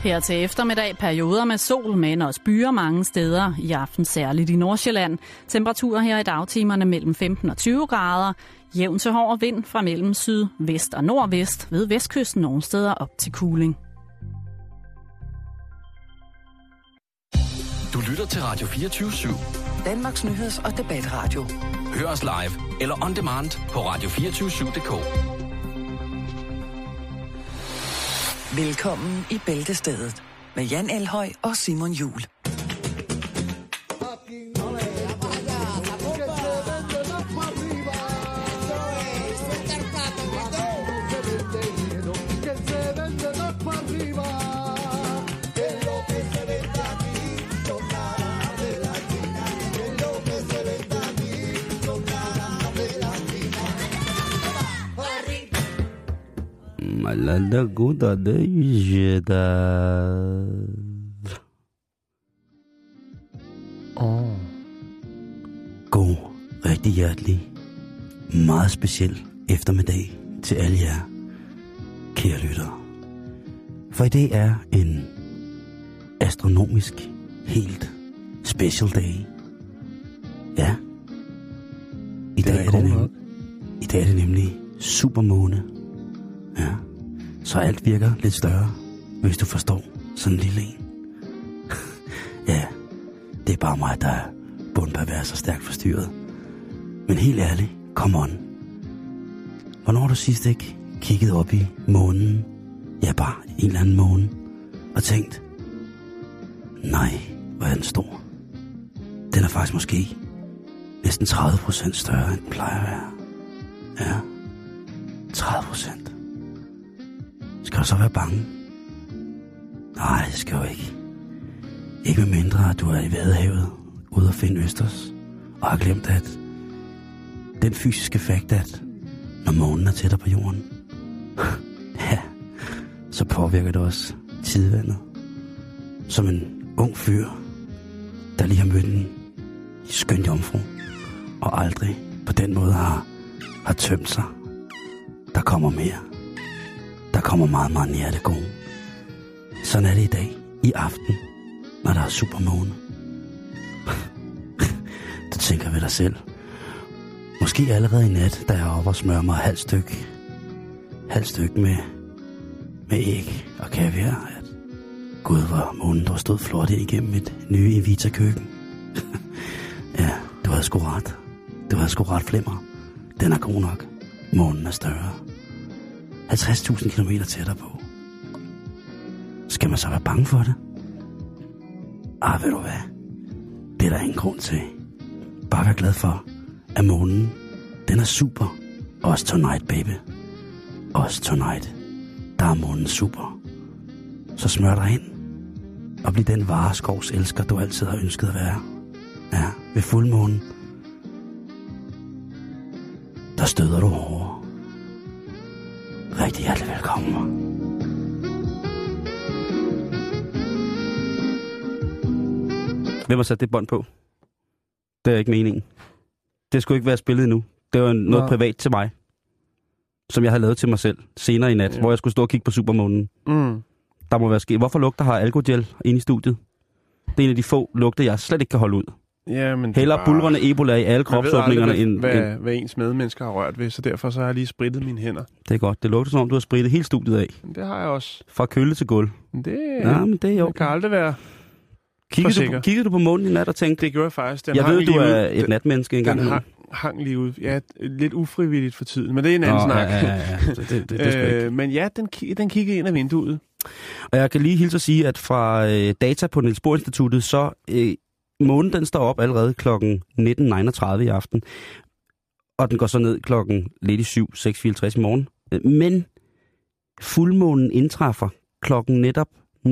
Her til eftermiddag perioder med sol, men også byer mange steder. I aften særligt i Nordsjælland. Temperaturer her i dagtimerne mellem 15 og 20 grader. Jævn til hård vind fra mellem syd, vest og nordvest. Ved vestkysten nogle steder op til kuling. Du lytter til Radio 24/7. Danmarks nyheds- og debatradio. Hør os live eller on demand på radio247.dk. Velkommen i Bæltestedet med Jan Elhøj og Simon Juhl. Malala Guda Dejeda. God, rigtig hjertelig, meget speciel eftermiddag til alle jer, kære lyttere. For i dag er en astronomisk, helt special dag. Ja. I dag er det nemlig supermåne. Ja, så alt virker lidt større, hvis du forstår sådan en lille en. Ja, det er bare mig, der er bundpervers og stærkt forstyrret. Men helt ærligt, come on. Hvornår har du sidst ikke kigget op i månen? Ja, bare en eller anden måne. Og tænkt, nej, hvor er den stor. Den er faktisk måske næsten 30% større, end den plejer at være. Ja, 30%. Skal du så være bange? Nej, det skal du ikke. Ikke med mindre, at du er i Vadehavet, ude at finde østers, og har glemt, at den fysiske fakt, at når månen er tættere på jorden, ja, så påvirker det også tidevandet. Som en ung fyr, der lige har mødt en skøn jomfru, og aldrig på den måde har tømt sig. Der kommer mere. Der kommer meget, meget nær det gode. Sådan er det i dag, i aften, når der er supermåne. Du tænker ved dig selv. Måske allerede i nat, da jeg er oppe og smører mig halvt stykke med æg og kaviar. At Gud, hvor månen der stod flot igennem et nye Evita-køkken. Ja, du havde sgu ret. Du havde sgu ret, Flimmer. Den er god nok. Månen er større. 50.000 kilometer tættere på. Skal man så være bange for det? Ved du hvad? Det er der ingen grund til. Bare vær glad for, at månen, den er super. Også tonight, baby. Også tonight. Der er månen super. Så smør dig ind. Og bliv den vareskovs elsker, du altid har ønsket at være. Ja, ved fuldmånen. Der støder du hårdere. Rigtig hjertelig velkommen. Hvem har sat det bånd på? Det er ikke meningen. Det skulle ikke være spillet endnu. Det var noget privat til mig, som jeg havde lavet til mig selv senere i nat, hvor jeg skulle stå og kigge på supermånen. Der må være sket. Hvorfor lugter har alkogel inde i studiet? Det er en af de få lugter, jeg slet ikke kan holde ud. Ja, men heller bulrende Ebola i alle kropsåbningerne end hvad ens medmennesker har rørt ved, så derfor så har jeg lige sprittet mine hænder. Det er godt. Det lugter som om, du har sprittet hele studiet af. Det har jeg også. Fra kølle til gulv. Men det er jo. Det kan aldrig være Kiggede du på månen i nat og tænkte? Det gjorde jeg faktisk. Jeg ved, du er et natmenneske engang. Den hang lige ud. Ja, lidt ufrivilligt for tiden, men det er en anden snak. Ja. Det men ja, den kiggede ind af vinduet. Og jeg kan lige hilse at sige, at fra data på Niels Bohr Instituttet, så månen den står op allerede klokken 19.39 i aften. Og den går så ned klokken lidt i 6:54 i morgen. Men fuldmånen indtræffer klokken netop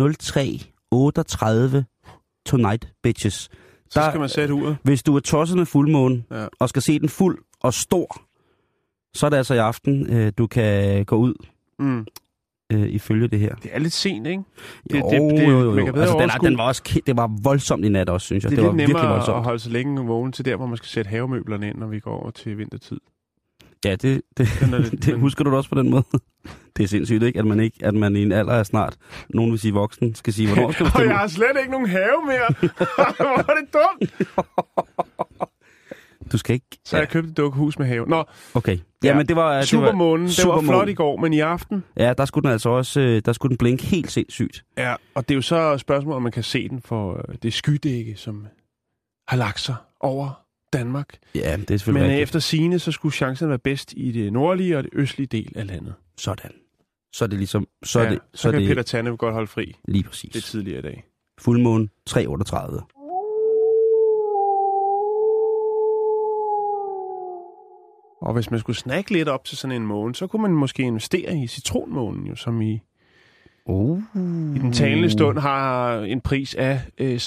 03:38 tonight, bitches. Så skal man sætte uret. Hvis du er tosset med fuldmånen, og skal se den fuld og stor, så er det altså i aften, du kan gå ud ifølge det her. Det er lidt sent, ikke? Jo. Altså, det var voldsomt i nat også, synes jeg. Det er var lidt virkelig nemmere voldsomt. at holde så længe vågen til der, hvor man skal sætte havemøblerne ind, når vi går over til vintertid. Ja, det lidt, husker du da også på den måde. Det er sindssygt, ikke? At man i en alder af snart, nogen vil sige voksen, skal sige, hvornår skal du Og jeg har slet ikke nogen have mere. Hvor er det dumt. Du skal ikke... Så jeg købte et dukkehus med have. Nå. Okay. Ja, men det var... Supermånen. Det var flot i går, men i aften... Ja, der skulle den altså også... Der skulle den blinke helt sindssygt. Ja, og det er jo så spørgsmålet, om man kan se den for det skydække, som har lagt sig over Danmark. Ja, det er selvfølgelig Men rigtigt. efter sigende, så skulle chancen være bedst i det nordlige og det østlige del af landet. Sådan. Så er det ligesom... Så kan det, Peter Tanne godt holde fri. Lige præcis. Det tidligere i dag. Fuldmåne 3:38. Og hvis man skulle snakke lidt op til sådan en måne, så kunne man måske investere i citronmånen, jo, som i den talende stund har en pris af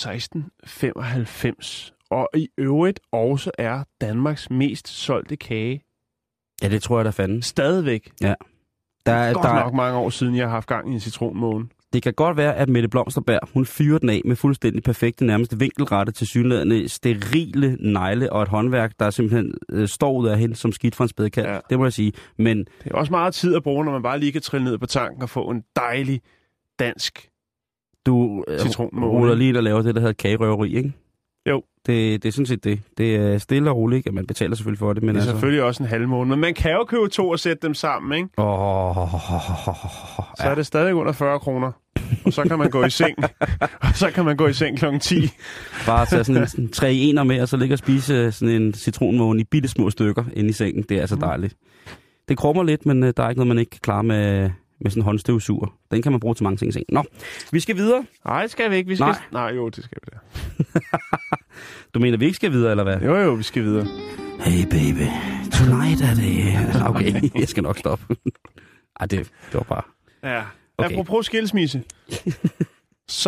16,95. Og i øvrigt også er Danmarks mest solgte kage. Ja, det tror jeg, der fanden. Stadigvæk. Ja. Der er nok mange år siden, jeg har haft gang i en citronmåne. Det kan godt være, at Mette Blomsterberg, hun fyrer den af med fuldstændig perfekte, nærmest vinkelrette, tilsyneladende sterile negle og et håndværk, der simpelthen står ud af hende som skidt for en spædekat. Ja. Det må jeg sige. Men det er også meget tid at bruge, når man bare lige kan trille ned på tanken og få en dejlig dansk citronmåne. Du ruller lige og laver det, der hedder kagerøveri, ikke? Jo. Det er sådan set det. Det er stille og roligt, at man betaler selvfølgelig for det. Men det er selvfølgelig også en halvmåne, men man kan jo købe 2 og sætte dem sammen, ikke? Så er det stadig under 40 kroner. Og så kan man gå i seng. Og så kan man gå i seng kl. 10. Bare tage sådan en 3 ener med, og så ligge og spise sådan en citronmåne i bitte små stykker inde i sengen. Det er altså dejligt. Det krummer lidt, men der er ikke noget, man ikke kan klare med sådan en håndstøvsuger. Den kan man bruge til mange ting i sengen. Nå, vi skal videre. Nej, skal vi ikke. Vi skal... Nej, jo, det skal vi da. Du mener, vi ikke skal videre, eller hvad? Jo, vi skal videre. Hey baby, tonight er det... Okay, jeg skal nok stoppe. Ej, det var bare... Ja, okay. Apropos skilsmisse. Så,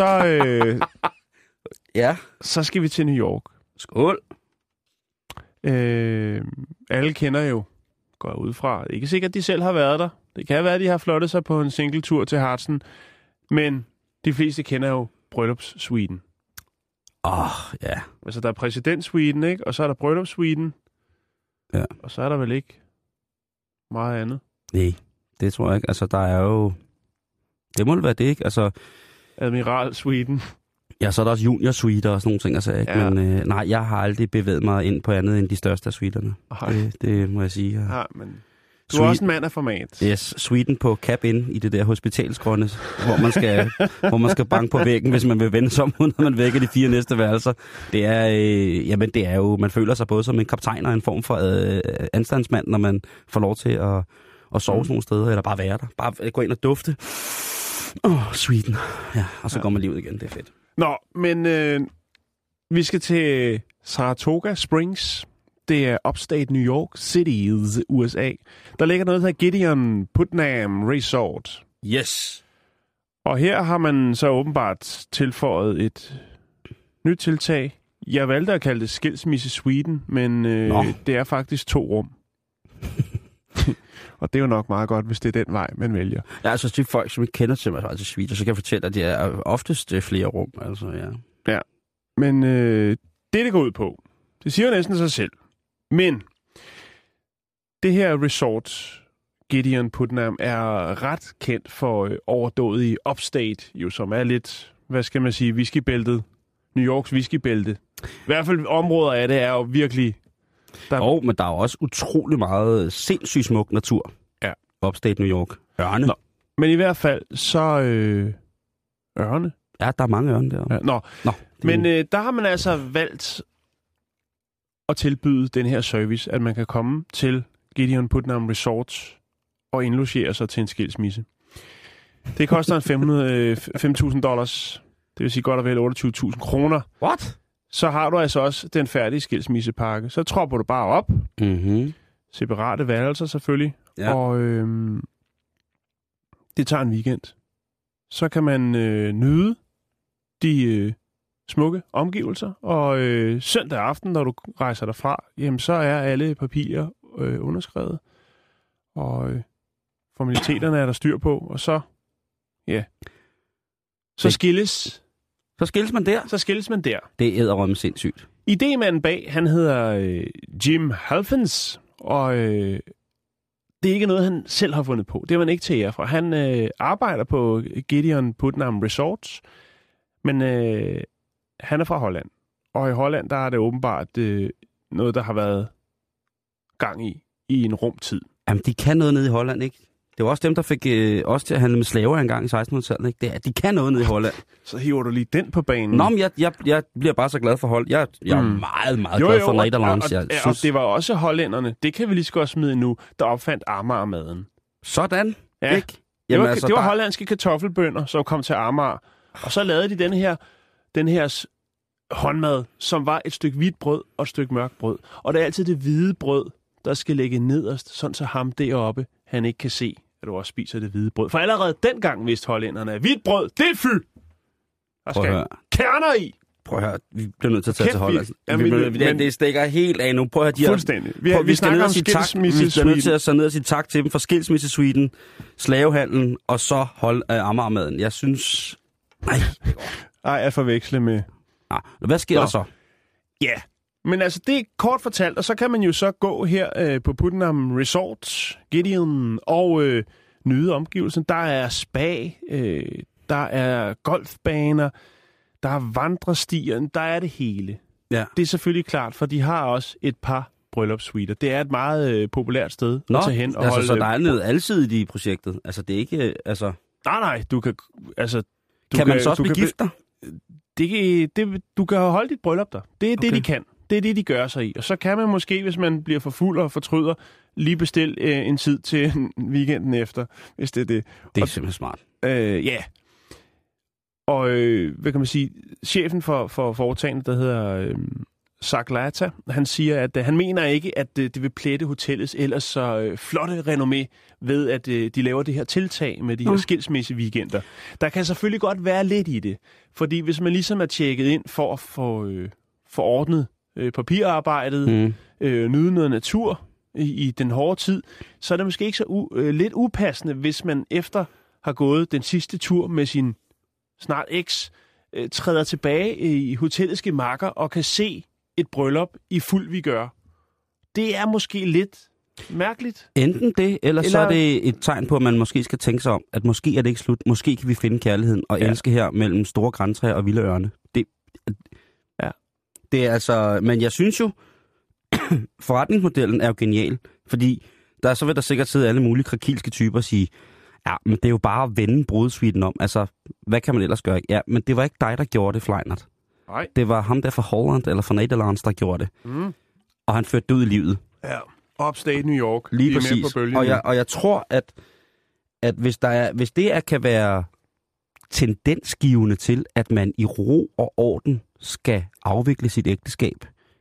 ja. Så skal vi til New York. Skål. Alle kender jo, går jeg ud fra. Ikke sikkert, de selv har været der. Det kan være, at de har flottet sig på en singletur til Hartsen. Men de fleste kender jo bryllupssuiten. Ja. Altså, der er præsidentsuiten, ikke? Og så er der bryllupssuiten. Ja. Og så er der vel ikke meget andet. Nej, det tror jeg ikke. Altså, der er jo... Det må det være det, ikke? Altså... Admiralsuiten. Ja, så er der også junior-suiter og sådan nogle ting, altså, ikke? Ja. Men nej, jeg har aldrig bevæget mig ind på andet end de største af suiterne. Det må jeg sige. Ja, men... Du er også en mand af format. Yes, suiten på Cap Inn i det der hospitalsgrønne, hvor man skal banke på væggen, hvis man vil vende sig om, når man vækker de 4 næste værelser. Det er jo, man føler sig både som en kaptajn og en form for anstandsmand, når man får lov til at sove sådan nogle steder, eller bare være der. Bare gå ind og dufte. Suiten. Ja, og så går man lige ud igen, det er fedt. Nå, men vi skal til Saratoga Springs. Det er upstate New York City, USA. Der ligger noget, der hedder Gideon Putnam Resort. Yes. Og her har man så åbenbart tilføjet et nyt tiltag. Jeg valgte at kalde det skilsmisse-suiten, men det er faktisk 2 rum. Og det er jo nok meget godt, hvis det er den vej, man vælger. Ja, altså de folk, som ikke kender til mig, altså suite, så kan jeg fortælle, at det er oftest flere rum. Altså, ja. Ja, men det går ud på, det siger jo næsten sig selv. Men det her resort, Gideon Putnam, er ret kendt for overdådige upstate, jo, som er lidt, hvad skal man sige, whiskybæltet. New Yorks whiskybælte. I hvert fald områder af det er jo virkelig... Men der er jo også utrolig meget sindssygt smuk natur. Ja. Upstate New York. Ørne. Nå. Men i hvert fald så... ørne? Ja, der er mange ørne der. Ja, Nå. Men der har man altså valgt at tilbyde den her service, at man kan komme til Gideon Putnam Resort og indlogere sig til en skilsmisse. Det koster $5,000. Det vil sige godt og vel 28.000 kroner. What? Så har du altså også den færdige skilsmissepakke. Så tropper du bare op. Mm-hmm. Separate værelser selvfølgelig. Ja. Og det tager en weekend. Så kan man nyde de smukke omgivelser. Og søndag aften, når du rejser derfra, jamen, så er alle papirer underskrevet. Og formaliteterne er der styr på. Og så, ja, så skilles... Så skilles man der? Så skilles man der. Det er edderrømme sindssygt. Idémanden bag, han hedder Jim Halfens, og det er ikke noget, han selv har fundet på. Det er man ikke til ære for. Han arbejder på Gideon Putnam Resorts, men han er fra Holland. Og i Holland, der er det åbenbart noget, der har været gang i en rumtid. Jamen, de kan noget nede i Holland, ikke? Det var også dem, der fik os til at handle med slaver engang i 1600-tallet, ikke? De kan noget nede i Holland. Så hiver du lige den på banen. Nå, men jeg bliver bare så glad for Holland. Jeg er meget, meget glad for Nederlands. Og det var også hollænderne, det kan vi lige så godt smide nu, der opfandt Amagermaden. Sådan, ja. Ikke? Jamen, det var hollandske kartoffelbønner, som kom til Amager. Og så lavede de den her håndmad, som var et stykke hvidt brød og et stykke mørkt brød. Og det er altid det hvide brød, der skal ligge nederst, sådan så ham deroppe, han ikke kan se, at du også spiser det hvide brød. For allerede dengang vidste hollænderne, at hvidt brød, det er fy! Der skal kerner i! Prøv at høre, vi bliver nødt til at tage til Holland. Det stikker helt af nu. Prøv at høre, fuldstændig. Vi snakker om skilsmisse-suiten. Vi er nødt til at sætte ned og sige tak til dem for skilsmisse-suiten, slavehandlen og så Amagermaden. Jeg synes... Ej, at forveksle med... Hvad sker der så? Ja, men altså det er kort fortalt, og så kan man jo så gå her på Putnam Resort, Gideon, og nyde omgivelsen. Der er spa, der er golfbaner, der er vandrestier, der er det hele. Ja. Det er selvfølgelig klart, for de har også et par bryllupssuiter. Det er et meget populært sted at tage hen og altså, holde... så der er noget alsidigt i projektet? Altså det er ikke... Altså... Nej, du kan... Altså, kan man så også blive gift der? Du kan holde dit bryllup der. Det er det, de kan. Det er det, de gør sig i. Og så kan man måske, hvis man bliver for fuld og fortryder, lige bestille en tid til weekenden efter, hvis det er det. Det er simpelthen smart. Ja. Og hvad kan man sige? Chefen for foretagendet, der hedder Saklata, han siger, at han mener ikke, at det vil plette hotellets ellers så flotte renommé ved, at de laver det her tiltag med de her skilsmisse weekender. Der kan selvfølgelig godt være lidt i det, fordi hvis man ligesom er tjekket ind for at få ordnet papirarbejdet, nyde noget natur i den hårde tid, så er det måske ikke så lidt upassende, hvis man efter har gået den sidste tur med sin snart eks, træder tilbage i hotellets gemakker og kan se et bryllup i fuld vigør. Det er måske lidt mærkeligt. Enten det, eller så er det et tegn på, at man måske skal tænke sig om, at måske er det ikke slut. Måske kan vi finde kærligheden og elske her mellem store grantræer og vilde ørne. Det er altså... Men jeg synes jo, forretningsmodellen er jo genial, fordi så vil der sikkert sidde alle mulige krakilske typer og sige, ja, men det er jo bare at vende brudsuiten om. Altså, hvad kan man ellers gøre? Ja, men det var ikke dig, der gjorde det, Fleinert. Nej. Det var ham der fra Holland eller fra Nederlands, der gjorde det. Og han førte det ud i livet. Ja, upstate New York. Lige præcis. Og jeg tror, at hvis det kan være tendensgivende til, at man i ro og orden skal afvikle sit ægteskab,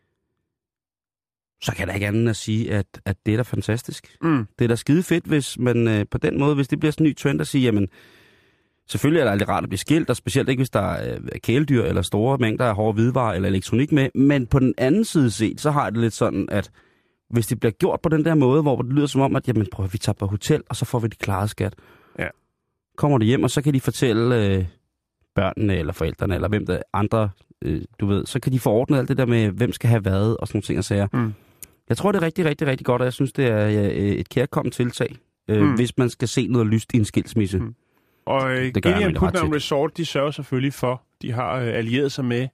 så kan der ikke andet at sige, at det er da fantastisk. Det er da skide fedt, hvis man på den måde, hvis det bliver sådan en ny trend at sige, jamen, selvfølgelig er det aldrig rart at blive skilt, og specielt ikke, hvis der er kæledyr eller store mængder af hårde hvidevarer eller elektronik med, men på den anden side set, så har det lidt sådan, at hvis det bliver gjort på den der måde, hvor det lyder som om, at jamen, prøv, vi tager på hotel, og så får vi det klaret, skat. Ja. Kommer de hjem, og så kan de fortælle børnene eller forældrene, eller hvem der andre, du ved, så kan de få ordnet alt det der med, hvem skal have hvad, og sådan nogle ting og sager. Jeg tror, det er rigtig, rigtig, rigtig godt, og jeg synes, det er et kærkomment tiltag, hvis man skal se noget lyst i en skilsmisse. Og Gideon Putnam Resort, de sørger selvfølgelig for, de har allieret sig med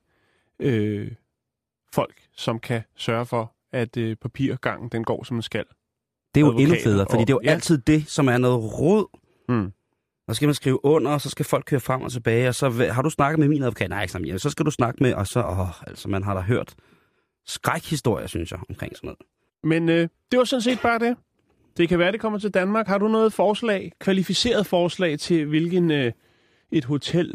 folk, som kan sørge for, at papirgangen den går, som den skal. Det er jo endnu federe, fordi det er jo altid det, som er noget rod. Og så skal man skrive under, og så skal folk køre frem og tilbage, og så har du snakket med min advokat? Nej, ikke så skal du snakke med, og så, altså man har da hørt skrækhistorier, synes jeg, omkring sådan noget. Men det var sådan set bare det. Det kan være, det kommer til Danmark. Har du noget forslag, kvalificeret forslag til hvilken et hotel,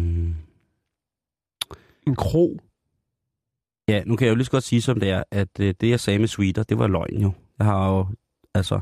en kro? Ja, nu kan jeg jo lige så godt sige som det er, at det jeg sagde med suiter, det var løgn jo. Jeg har jo, altså...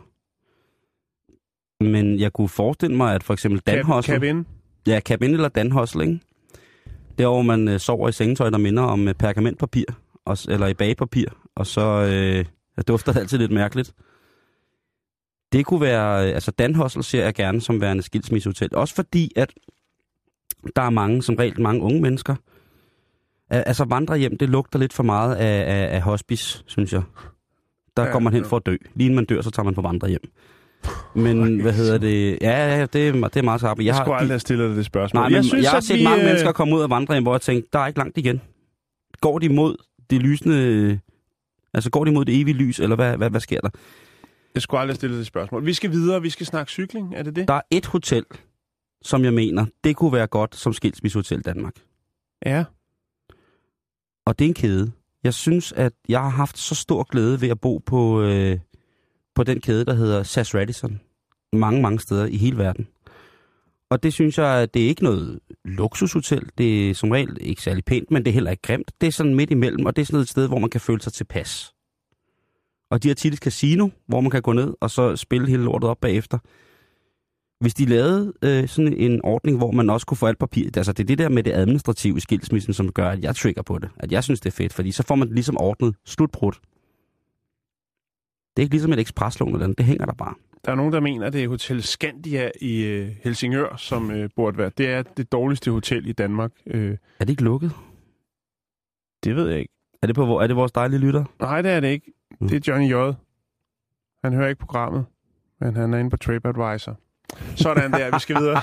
Men jeg kunne forestille mig, at for eksempel Danhostel... Cabin? Ja, cabin eller Danhostel, ikke? Der hvor man sover i sengetøj, der minder om pergamentpapir, eller i bagepapir, og så dufter altid lidt mærkeligt. Det kunne være... Altså, Danhostel ser jeg gerne som værende skilsmissehotel. Også fordi, at der er mange unge mennesker. Altså, vandrehjem, det lugter lidt for meget af hospice, synes jeg. Der går man hen for at dø. Lige inden man dør, så tager man på vandrehjem. Men hvad hedder det? Ja, det er meget skarpt. Jeg skulle aldrig have stillet dig det spørgsmål. Nej, men jeg har set mange mennesker komme ud af vandringen, hvor jeg tænkte, der er ikke langt igen. Går de mod det lysende... Altså går de mod det evige lys, eller hvad sker der? Jeg skulle aldrig have stillet det spørgsmål. Vi skal videre, vi skal snakke cykling, er det det? Der er et hotel, som jeg mener, det kunne være godt som skilsmissehotel Danmark. Ja. Og det er en kæde. Jeg synes, at jeg har haft så stor glæde ved at bo på den kæde, der hedder SAS Radisson. Mange steder i hele verden. Og det synes jeg, det er ikke noget luksushotel. Det er som regel ikke særlig pænt, men det er heller ikke grimt. Det er sådan midt imellem, og det er sådan et sted, hvor man kan føle sig tilpas. Og de har tit et casino, hvor man kan gå ned og så spille hele lortet op bagefter. Hvis de lavede sådan en ordning, hvor man også kunne få alt papir, altså det er det der med det administrative i skilsmissen, som gør, at jeg trigger på det. At jeg synes, det er fedt, fordi så får man ligesom ordnet slutbrud. Det er ikke ligesom et ekspreslån eller andet, det hænger der bare. Der er nogen, der mener, at det er Hotel Scandia i Helsingør, som burde være. Det er det dårligste hotel i Danmark. Er det ikke lukket? Det ved jeg ikke. Er det vores dejlige lytter? Nej, det er det ikke. Det er Johnny J. Han hører ikke programmet, men han er inde på TripAdvisor. Sådan der, vi skal videre.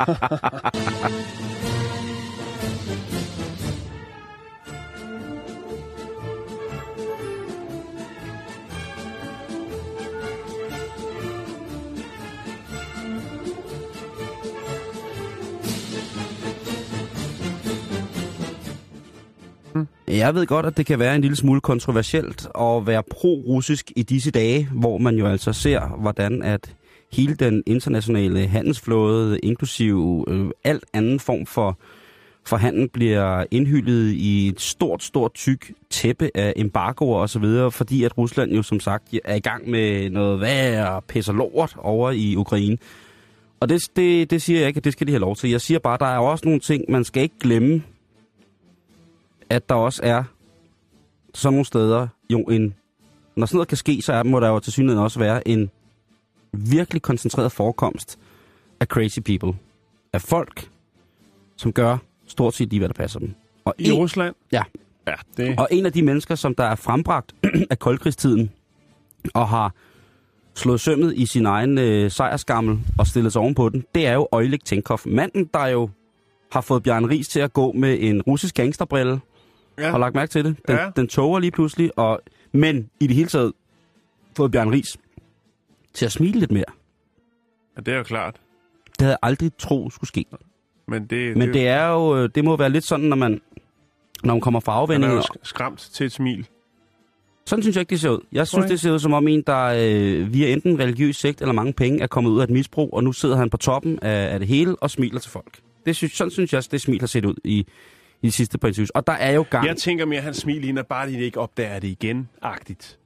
Jeg ved godt, at det kan være en lille smule kontroversielt at være pro-russisk i disse dage, hvor man jo altså ser, hvordan at hele den internationale handelsflåde, inklusive alt anden form for handel, bliver indhyllet i et stort tyk tæppe af embargoer og så videre, fordi at Rusland jo som sagt er i gang med noget værre pisser lort over i Ukraine. Og det siger jeg ikke, at det skal de have lov til. Jeg siger bare, at der er også nogle ting, man skal ikke glemme, at der også er sådan nogle steder, jo når sådan noget kan ske, så må der jo til synligheden også være en virkelig koncentreret forekomst af crazy people. Af folk, som gør stort set lige, hvad der passer dem. Og I Rusland? Ja. Det. Og en af de mennesker, som der er frembragt af koldkrigstiden, og har slået sømmet i sin egen sejrskammel og stillet sig ovenpå den, det er jo Oleg Tenkov. Manden, der jo har fået Bjarne Riis til at gå med en russisk gangsterbrille. Ja. Har lagt mærke til det. Den toger lige pludselig, men i det hele taget fået Bjarne Riis til at smile lidt mere. Ja, det er jo klart. Det havde jeg aldrig troet skulle ske. Men det er jo, det må være lidt sådan, når man kommer fra afvendingen. Man er jo skræmt til et smil. Sådan synes jeg ikke, det ser ud. Jeg synes, det ser ud som om en, der via enten religiøs sekt eller mange penge er kommet ud af et misbrug, og nu sidder han på toppen af det hele og smiler til folk. Sådan synes jeg, det smil har set ud i de sidste par interviews. Og der er jo gang. Jeg tænker mere, at han smiler ind, at bare de ikke opdager det igen-agtigt.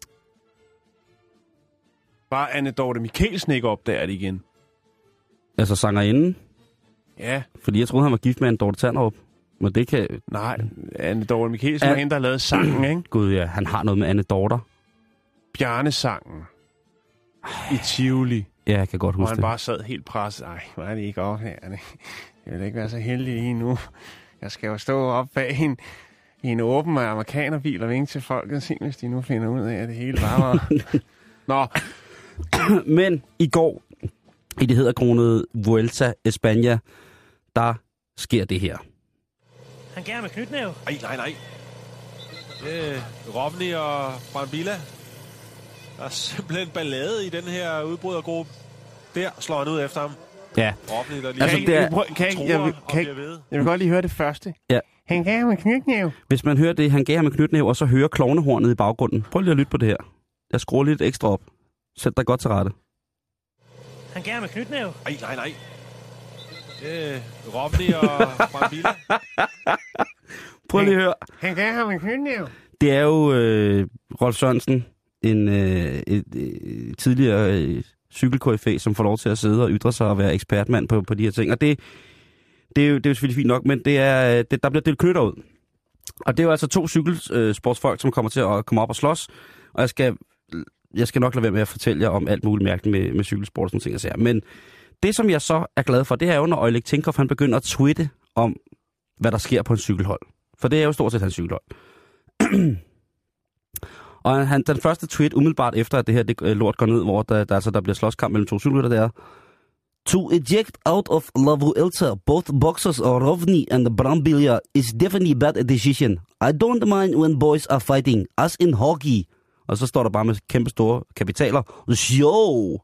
Bare Anne Dorte Mikkelsen ikke opdager det igen. Altså sangerinden? Ja. Fordi jeg troede, han var gift med Anne Dorte Tanderup. Men det kan... Nej, Anne Dorte Mikkelsen var hende, der lavede sangen, ikke? Gud ja, han har noget med Anne Dorte. Bjarne-sangen. I Tivoli. Ja, jeg kan godt huske det. Og han bare sad helt presset. Ej, hvor er det ikke opdagerne. Jeg vil ikke være så heldig lige nu. Jeg skal jo stå op bag en åben amerikanerbil og vinke til folket, se, hvis de nu finder ud af, at det hele bare var... Nå. Men i går, i det hedderkronede Vuelta España, der sker det her. Han gerne med knytnæve. Nej. Det er Romney og Brambilla. Der er simpelthen ballade i den her udbrydergruppe. Der slår han ud efter ham. Ja. Romney, der lige jeg vil godt lige høre det første. Ja. Han gav med knytnæve. Hvis man hører det, han gav med knytnæve, og så hører klovnehornet i baggrunden. Prøv lige at lytte på det her. Jeg skruer lidt ekstra op. Sæt dig godt til rette. Han gav med knytnæve. Nej. Det er Romney og Brambilla. Prøv lige at høre. Han gav med knytnæve. Det er jo Rolf Sørensen, en tidligere cykelkoryfæ, som får lov til at sidde og ytre sig og være ekspertmand på de her ting. Og det er jo selvfølgelig fint nok, men der bliver delt knytter ud. Og det er jo altså 2 cykelsportsfolk, som kommer til at komme op og slås. Og jeg skal nok lade være med at fortælle jer om alt muligt mærkeligt med cykelsport og sådan ting, jeg siger. Men det, som jeg så er glad for, det er jo, når Oleg Tenkov, han begynder at twitte om, hvad der sker på en cykelhold. For det er jo stort set hans cykelhold. Og den første tweet umiddelbart efter, at det her lort går ned, hvor der bliver slåskamp mellem 2 cykelrytter, det er: To eject out of La Vuelta, both boxers or Rovni and Brambilla is definitely bad decision. I don't mind when boys are fighting, as in hockey. Og så står der bare med kæmpe store kapitaler. Jo!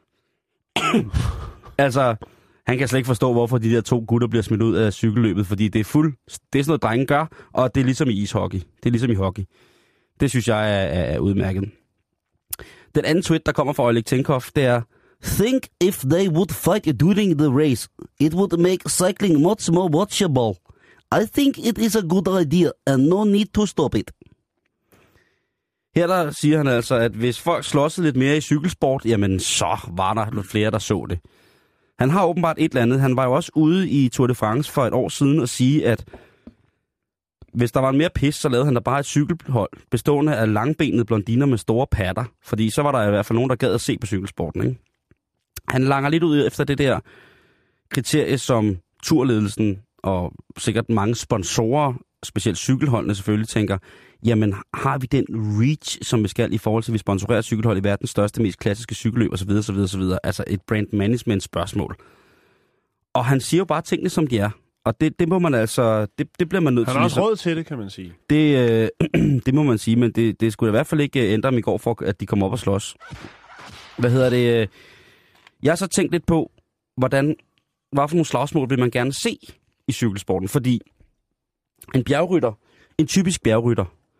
Altså, han kan slet ikke forstå, hvorfor de der 2 gutter bliver smidt ud af cykelløbet, fordi det er sådan noget, drenge gør, og det er ligesom i ishockey. Det er ligesom i hockey. Det synes jeg er udmærket. Den anden tweet, der kommer fra Oleg Tenkov, det er: Think if they would fight during the race. It would make cycling much more watchable. I think it is a good idea, and no need to stop it. Her der siger han altså, at hvis folk slåsede lidt mere i cykelsport, jamen så var der lidt flere, der så det. Han har åbenbart et eller andet. Han var jo også ude i Tour de France for et år siden og sige, at hvis der var en mere pis, så lavede han der bare et cykelhold bestående af langbenede blondiner med store patter. Fordi så var der i hvert fald nogen, der gad at se på cykelsporten, ikke? Han langer lidt ud efter det der kriterie, som turledelsen og sikkert mange sponsorer, specielt cykelholdene selvfølgelig, tænker, jamen har vi den reach, som vi skal i forhold til, at vi sponsorerer cykelhold i verdens største, mest klassiske cykelløb osv. Altså et brand management spørgsmål. Og han siger jo bare tingene, som de er. Og det må man altså, det bliver man nødt til. Han har også råd til det, kan man sige. Det må man sige, men det skulle i hvert fald ikke ændre dem i går, for at de kommer op og slås. Jeg har så tænkt lidt på, hvad for nogle slagsmål vil man gerne se i cykelsporten, fordi en typisk bjergrytter,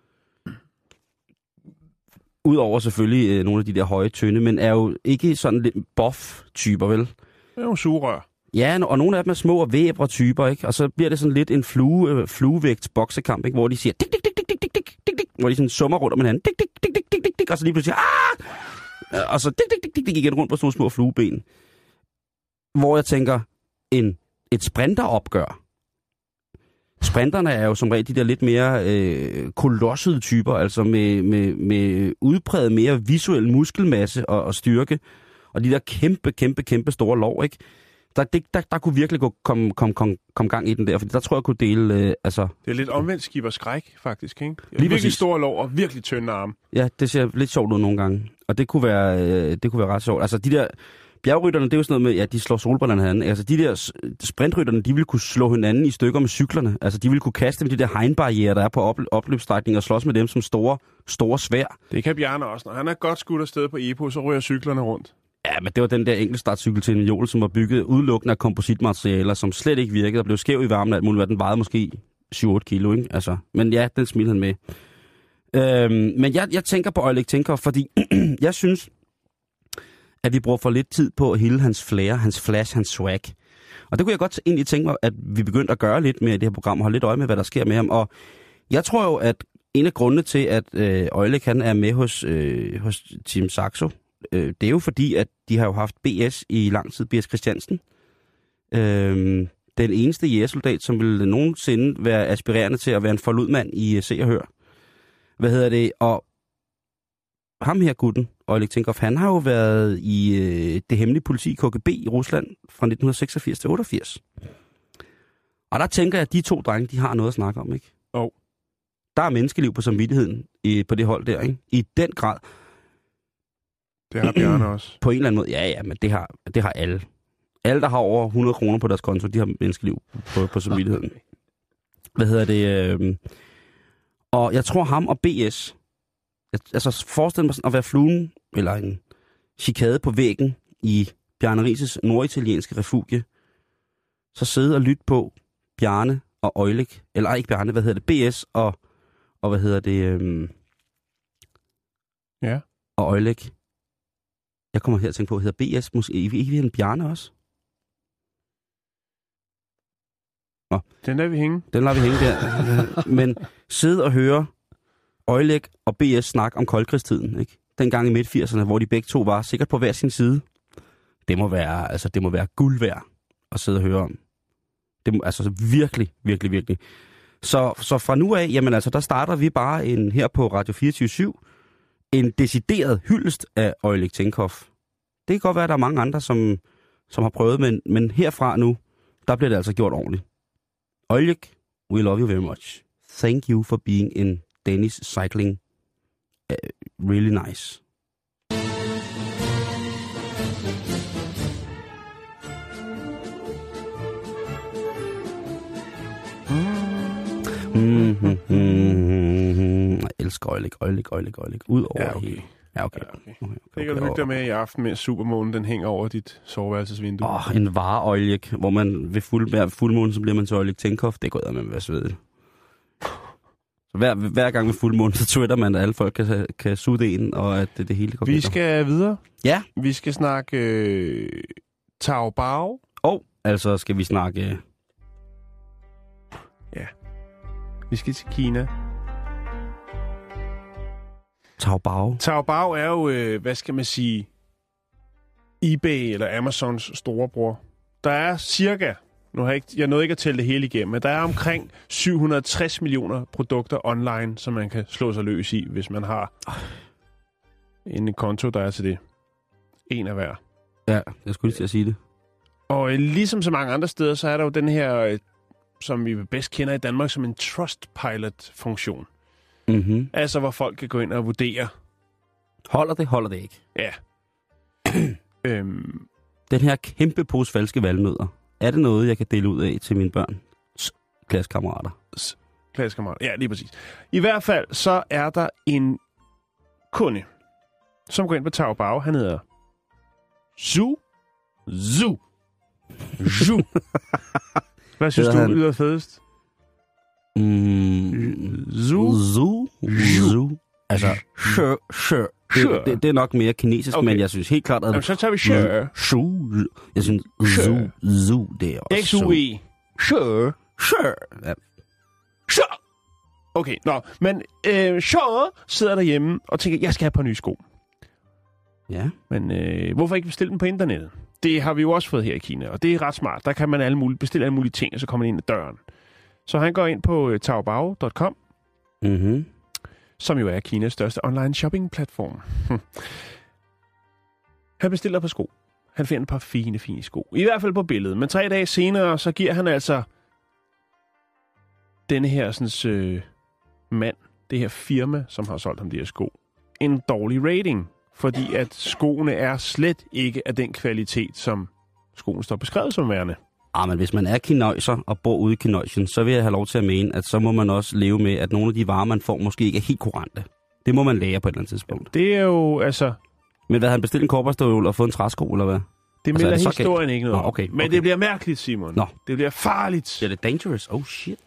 udover selvfølgelig nogle af de der høje tynde, men er jo ikke sådan lidt buff-typer, vel? Det er jo sugerør. Ja, og nogle af dem er små og væbre typer, ikke? Og så bliver det sådan lidt en fluevægts boksekamp, ikke? Hvor de siger dik, dik, dik, dik, dik, dik, dik, dik, hvor de sådan summer rundt om hinanden, dik, dik, dik, dik, dik, dik, dik, og så lige pludselig og så dik, dik, dik, dik, dik, igen rundt på sådan små flueben. Hvor jeg tænker, et sprinteropgør. Sprinterne er jo som regel de der lidt mere kolossede typer, altså med udpræget mere visuel muskelmasse og styrke, og de der kæmpe store lår, ikke? Der kunne virkelig komme gang i den der, for der tror jeg kunne dele, altså... Det er lidt omvendt Skipper Skræk, faktisk, ikke? Lige virkelig store lår og virkelig tynde arme. Ja, det ser lidt sjovt ud nogle gange, og det kunne være ret sjovt. Altså de der bjergrytterne, det er jo sådan noget med, ja, de slår solbrillerne hinanden. Altså de der sprintrytterne, de ville kunne slå hinanden i stykker med cyklerne. Altså de ville kunne kaste med de der hegnbarrierer, der er på opløbsstrækning, og slås med dem som store svær. Det kan Bjarne også. Når han er godt skudt afsted på EPO, så ryger cyklerne rundt. Ja, men det var den der enkeltstartcykel til en jol, som var bygget udelukkende af kompositmaterialer, som slet ikke virkede og blev skæv i varmen af alt muligt. Den vejede måske 7-8 kilo, ikke? Altså, men ja, den smilte han med. Men jeg tænker på Oleg Tenkov, fordi jeg synes, at vi bruger for lidt tid på at hylde hans flair, hans flash, hans swag. Og det kunne jeg godt egentlig tænke mig, at vi begyndte at gøre lidt med det her program, og holde lidt øje med, hvad der sker med ham. Og jeg tror jo, at en af grundene til, at Oleg han er med hos Team Saxo, det er jo fordi, at de har jo haft BS i lang tid, BS Christiansen. Den eneste jægersoldat, som ville nogensinde være aspirerende til at være en forludmand i Se og Hør. Og ham her gutten, Oleg Tenkov, han har jo været i det hemmelige politi KGB i Rusland fra 1986 til 88. Og der tænker jeg, at de 2 drenge, de har noget at snakke om, ikke? Og der er menneskeliv på samvittigheden på det hold der, ikke? I den grad. Det har Bjarne også. På en eller anden måde, ja, men det har alle. Alle, der har over 100 kroner på deres konto, de har menneskeliv på samvittigheden. Og jeg tror ham og BS, altså forestil mig sådan at være fluen, eller en chikade på væggen i Bjarne Rises norditalienske refugie, så sidde og lytte på Bjarne og Oleg, eller ikke Bjarne, BS og ja. Og Oleg. Jeg kommer her at tænke på, hedder BS måske ikke en Bjarne også? Nå. Den lader vi hænge. Den lader vi hænge der. Men sidde og høre Oleg og BS snakke om koldkrigstiden, ikke? Dengang i midt-80'erne, hvor de begge to var sikkert på hver sin side. Det må være guld værd at sidde og høre om. Det må, altså virkelig, virkelig, virkelig. Så fra nu af, jamen altså, der starter vi bare her på Radio 24/7 en decideret hyldest af Oleg Tenkov. Det kan godt være, at der er mange andre, som har prøvet, men herfra nu, der bliver det altså gjort ordentligt. Oleg, we love you very much. Thank you for being in Danish cycling really nice. Jeg elsker øjlik. Ud over Ja, okay. hele. Ja, okay. Det kan du hygge dig med i aften, med supermånen den hænger over dit soveværelsesvindue. En vareøjlik, hvor man ved fuldmåne, så bliver man til øjlik Tinkoff. Det går jeg med at være svedigt. Så hver gang med fuldmåne, så twitter man, at alle folk kan sutte en, og at det hele går. Vi skal videre. Ja. Vi skal snakke Taobao. Altså skal vi snakke... Ja. Vi skal til Kina. Taobao. Taobao er jo, hvad skal man sige, eBay eller Amazons storebror. Der er cirka, jeg nåede ikke at tælle det hele igennem, men der er omkring 760 millioner produkter online, som man kan slå sig løs i, hvis man har en konto, der er til det. En af hver. Ja, jeg skulle lige til at sige det. Og ligesom så mange andre steder, så er der jo den her, som vi bedst kender i Danmark, som en Trustpilot-funktion. Mm-hmm. Altså, hvor folk kan gå ind og vurdere. Holder det ikke? Ja. Den her kæmpe pose falske valnødder, er det noget, jeg kan dele ud af til mine børn? Klassekammerater. Klassekammerater, ja, lige præcis. I hvert fald, så er der en kunde, som går ind på Taobao. Han hedder Zhu. Hvad synes du lyder fedest? Zhu. Altså, sure. Det er nok mere kinesisk, okay. Men jeg synes helt klart, at... Jamen, så tager vi sure. Jeg synes, Zhu, det er også... X-U-E. Sure. Ja. Sure. Okay, men sure sidder derhjemme og tænker, jeg skal have et par nye sko. Ja. Men hvorfor ikke bestille dem på internettet? Det har vi jo også fået her i Kina, og det er ret smart. Der kan man bestille alle mulige ting, og så kommer man ind ad døren. Så han går ind på taobao.com, som jo er Kinas største online shopping-platform. Han bestiller på sko. Han finder et par fine sko. I hvert fald på billedet. Men 3 dage senere, så giver han altså denne her mand, det her firma, som har solgt ham de her sko, en dårlig rating. Fordi at skoene er slet ikke af den kvalitet, som skoene står beskrevet som værende. Men hvis man er kinøjser og bor ude i Kinøjsen, så vil jeg have lov til at mene, at så må man også leve med, at nogle af de varer, man får, måske ikke er helt kurante. Det må man lære på et eller andet tidspunkt. Det er jo, altså... Men hvad, han bestilt en korperstøvle og fået en træsko, eller hvad? Det melder altså, historien ikke noget om. Okay. Men det bliver mærkeligt, Simon. Nå. Det bliver farligt. Ja, det er dangerous. Oh, shit.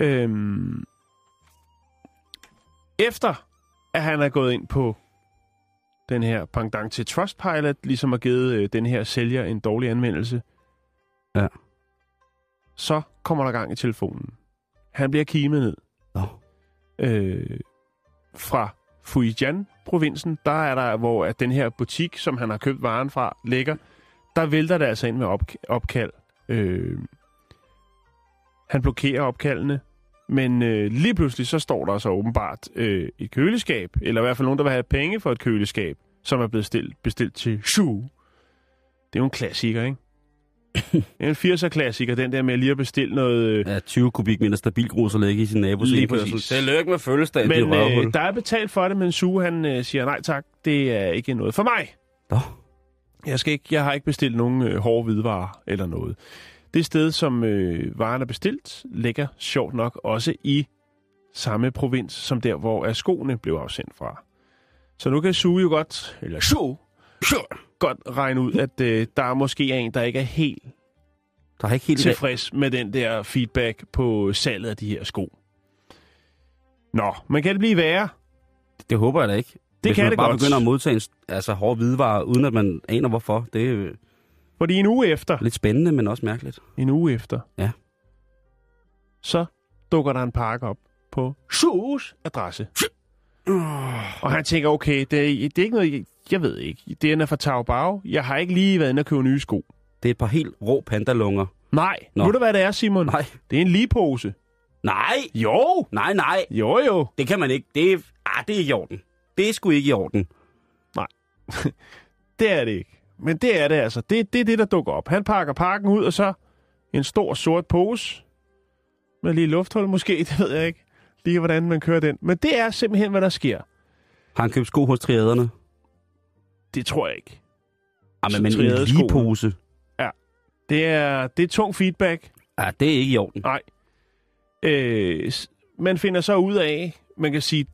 Efter at han er gået ind på den her pendant til Trustpilot, ligesom har givet den her sælger en dårlig anmeldelse, ja, så kommer der gang i telefonen. Han bliver kimet ned. Fra Fujian-provinsen, der er der, hvor at den her butik, som han har købt varen fra, ligger, der vælter det altså ind med opkald. Han blokerer opkaldene, men lige pludselig så står der så åbenbart et køleskab, eller i hvert fald nogen, der vil have penge for et køleskab, som er blevet bestilt til Zhu. Det er jo en klassiker, ikke? Det er en 80'er-klassiker, den der med lige at bestille noget... 20 kubikmeter stabilgrus og lægge i sin nabos indkørsel. Tillykke med fødselsdagen, men der er betalt for det, men Zhu, han siger, nej tak, det er ikke noget for mig. Jeg har ikke bestilt nogen hårde hvidevarer eller noget. Det sted, som varen er bestilt, ligger sjovt nok også i samme provins, som der, hvor skoene blev afsendt fra. Så nu kan Zhu jo godt, eller Zhu, godt regne ud, at der er måske en, der ikke er helt tilfreds med den der feedback på salget af de her sko. Nå, men kan det blive værre? Det håber jeg da ikke. Det kan det godt. Hvis man bare begynder at modtage hårde hvidevarer, uden at man aner hvorfor, det er fordi en uge efter... Lidt spændende, men også mærkeligt. En uge efter. Ja. Så dukker der en pakke op på Zhus adresse. Og han tænker, okay, det er ikke noget, jeg ved ikke. Det er fra Taobao. Jeg har ikke lige været inde og købe nye sko. Det er et par helt rå pandalunger. Nej. Ved du, hvad det er, Simon? Nej. Det er en ligepose. Nej. Jo. Nej. Jo. Det kan man ikke. Det er ikke i orden. Det er sgu ikke i orden. Nej. Det er det ikke. Men det er det altså. Det er det, der dukker op. Han pakker pakken ud, og så en stor sort pose med lige lufthul måske, det ved jeg ikke lige, hvordan man kører den. Men det er simpelthen, hvad der sker. Har han købt sko hos triaderne? Det tror jeg ikke. Men en ligepose. Ja, det er tung feedback. Ja, det er ikke i orden. Nej. Man finder så ud af, man kan sige,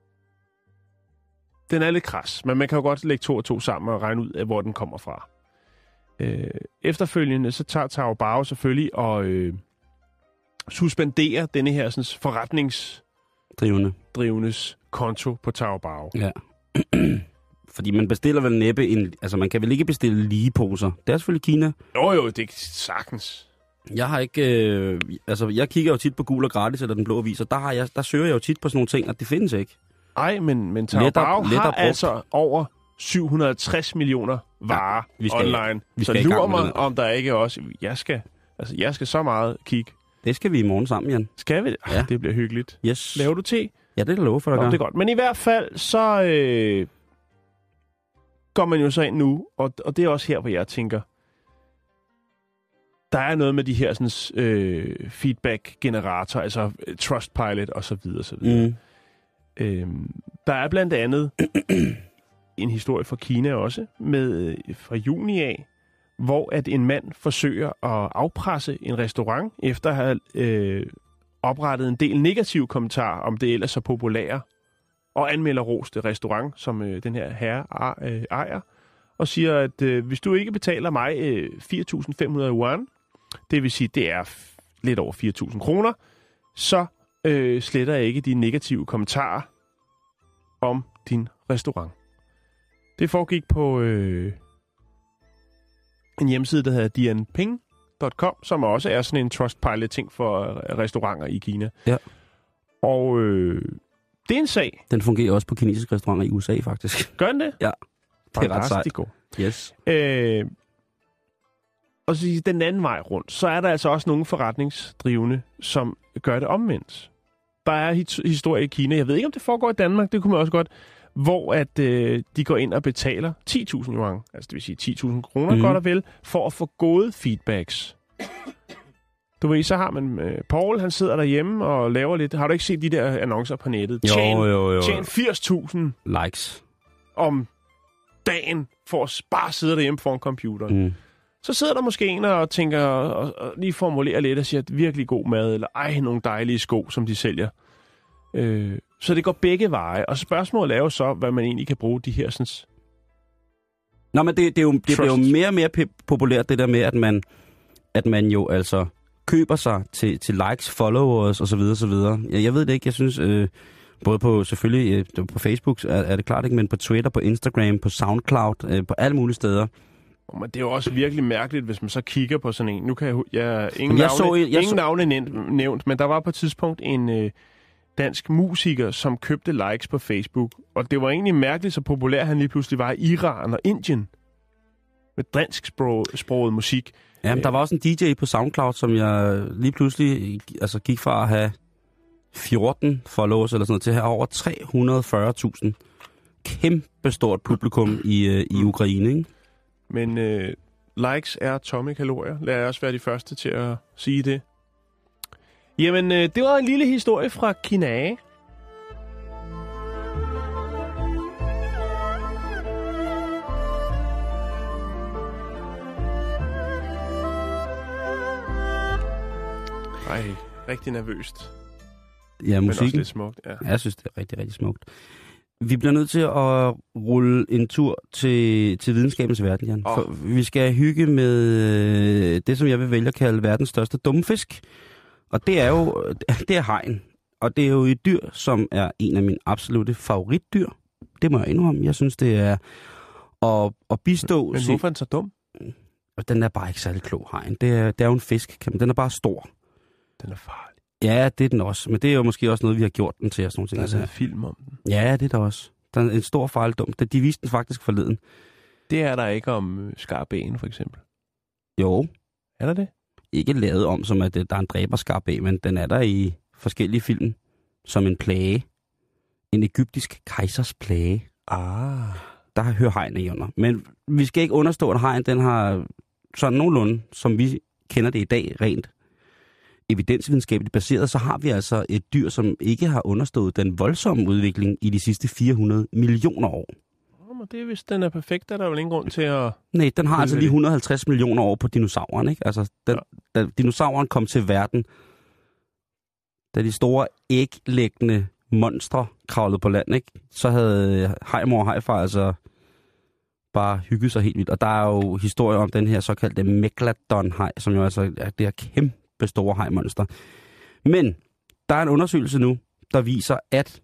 den er lidt kras, men man kan jo godt lægge 2 og 2 sammen og regne ud af, hvor den kommer fra. Efterfølgende, så tager Taobao selvfølgelig og suspenderer denne her sådan, forretningsdrivendes konto på Taobao. Ja. Fordi man bestiller vel næppe man kan vel ikke bestille ligeposer. Det er selvfølgelig Kina. Jo, det er sagtens. Jeg har ikke... jeg kigger jo tit på Gul og Gratis eller Den Blå Avis, og der søger jeg jo tit på sådan nogle ting, og det findes ikke. Nej, men Taobao har altså over 760 millioner varer online. Så lurer mig, om der ikke også... Jeg skal så meget kigge. Det skal vi i morgen sammen, Jan. Skal vi? Ja. Det bliver hyggeligt. Yes. Laver du te? Ja, det er lov for dig. Det er godt. Men i hvert fald, så går man jo så ind nu, og det er også her, hvor jeg tænker, der er noget med de her sådan, feedback-generator, altså Trustpilot og så videre, så videre. Der er blandt andet en historie fra Kina også, fra juni af, hvor at en mand forsøger at afpresse en restaurant, efter at have oprettet en del negative kommentarer om det ellers så populære, og anmelder roste restaurant, som den her herre ejer, og siger, at hvis du ikke betaler mig 4.500 yuan, det vil sige, det er lidt over 4.000 kroner, så sletter jeg ikke de negative kommentarer om din restaurant. Det foregik på en hjemmeside, der hedder dianping.com, som også er sådan en Trustpilot-ting for restauranter i Kina. Ja. Og det er en sag. Den fungerer også på kinesiske restauranter i USA, faktisk. Gør den det? Ja. Det er ret sejt. Yes. Og så sige, den anden vej rundt, så er der altså også nogle forretningsdrivende, som gør det omvendt. Der er historie i Kina, jeg ved ikke, om det foregår i Danmark, det kunne man også godt, hvor at de går ind og betaler 10.000 yuan, altså det vil sige 10.000 kroner godt og vel, for at få gode feedbacks. Du ved, så har man Paul, han sidder derhjemme og laver lidt. Har du ikke set de der annoncer på nettet? Jo. Tjen 80.000 likes om dagen for at bare sidde derhjemme foran computeren. Så sidder der måske en og tænker og lige formulerer lidt og siger, at virkelig god mad, eller nogle dejlige sko, som de sælger. Så det går begge veje. Og spørgsmålet er jo så, hvad man egentlig kan bruge de her sådan... Nå, men det bliver jo mere og mere populært, det der med, at man jo altså køber sig til likes, followers osv. osv. Jeg ved det ikke, jeg synes... Både på, selvfølgelig på Facebook er det klart ikke, men på Twitter, på Instagram, på SoundCloud, på alle mulige steder. Men det er jo også virkelig mærkeligt, hvis man så kigger på sådan en. Nu kan ingen navne nævnt, men der var på et tidspunkt en dansk musiker, som købte likes på Facebook. Og det var egentlig mærkeligt, så populær han lige pludselig var i Iran og Indien. Med dansksproget musik. Jamen, der var også en DJ på SoundCloud, som jeg lige pludselig gik fra at have 14 followers eller sådan noget, til at have over 340.000. Kæmpestort publikum i Ukraine, ikke? Men likes er tomme kalorier. Lad os være de første til at sige det. Jamen, det var en lille historie fra Kina. Ej, rigtig nervøst. Ja, musikken. Men også lidt smukt, ja. Jeg synes, det er rigtig, rigtig smukt. Vi bliver nødt til at rulle en tur til videnskabens verden, Jan. For vi skal hygge med det, som jeg vil vælge at kalde verdens største dumfisk. Og det er jo det er hegn. Og det er jo et dyr, som er en af mine absolutte favoritdyr. Det må jeg indrømme. Jeg synes, det er at bistå... Men hvorfor er den så dum? Den er bare ikke særlig klog, hegn. Det er jo en fisk. Den er bare stor. Den er farlig. Ja, det er den også. Men det er jo måske også noget, vi har gjort den til. Sådan nogle ting. Der er en film om den. Ja, det er der også. Der er en stor farlig dum. De viste den faktisk forleden. Det er der ikke om skarbægen, for eksempel. Jo. Er der det? Ikke lavet om, som at der er en dræberskarbæg, men den er der i forskellige film som en plage. En egyptisk kejsers plage. Der hører hegnet i under. Men vi skal ikke understå, at hegn, den har sådan nogenlunde, som vi kender det i dag, rent evidensvidenskabeligt baseret, så har vi altså et dyr, som ikke har understået den voldsomme udvikling i de sidste 400 millioner år. Det er, hvis den er perfekt, der er der vel ingen grund til at... Nej, den har altså lige 150 millioner år på dinosauren, ikke? Altså, da dinosauren kom til verden, da de store æglæggende monstre kravlede på land, ikke? Så havde hajmor og hajfar altså bare hygget sig helt vildt. Og der er jo historier om den her såkaldte megalodon-haj, som jo altså er det her kæmpe store hajmonster. Men der er en undersøgelse nu, der viser, at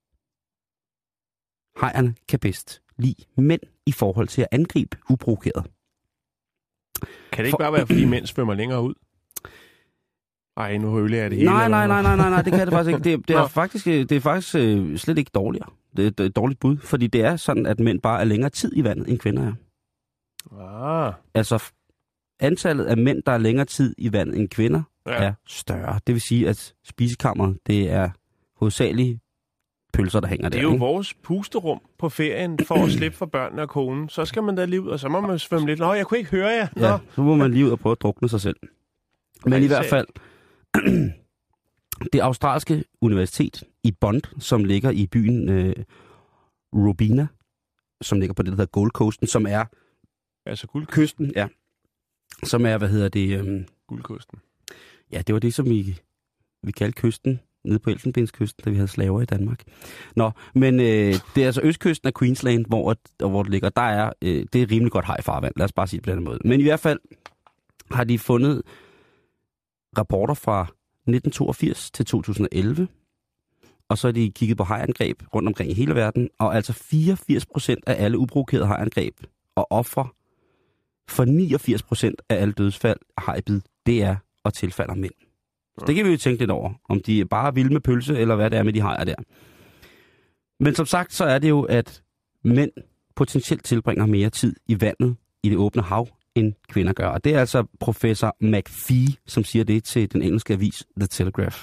hajerne kan bedst lide mænd i forhold til at angribe uprovokeret. Kan det ikke bare være, fordi mænd svømmer længere ud? Ej, nu høvler jeg det hele. Nej, det kan det faktisk ikke. Det er faktisk slet ikke dårligere. Det er et dårligt bud, fordi det er sådan, at mænd bare er længere tid i vandet, end kvinder er. Altså, antallet af mænd, der er længere tid i vandet end kvinder, er større. Det vil sige, at spisekammeret, det er hovedsageligt pølser, der hænger der. Det er jo vores pusterum på ferien for at slippe for børnene og konen. Så skal man da lige ud, og så må man svømme lidt. Nå, jeg kunne ikke høre jer. Nå. Ja, så må man lige ud og prøve at drukne sig selv. Men i hvert fald, det australske universitet i Bond, som ligger i byen Robina, som ligger på det, der hedder Gold Coasten, som er... Altså Guldkysten? Ja. Som er, Guldkysten. Ja, det var det, som vi kaldte kysten, nede på Elfenbenskysten, da vi havde slaver i Danmark. Nå, men det er altså østkysten af Queensland, hvor det ligger. Der er, det er rimelig godt hajfarvand, lad os bare sige det på den måde. Men i hvert fald har de fundet rapporter fra 1982 til 2011, og så har de kigget på hajangreb rundt omkring i hele verden, og altså 84% af alle uprovokerede hajangreb og ofre for 89% af alle dødsfald af hajbid, det er og tilfalder mænd. Så det kan vi jo tænke lidt over, om de bare vil med pølse, eller hvad det er med de hajer der. Men som sagt, så er det jo, at mænd potentielt tilbringer mere tid i vandet i det åbne hav, end kvinder gør. Og det er altså professor McPhee, som siger det til den engelske avis The Telegraph.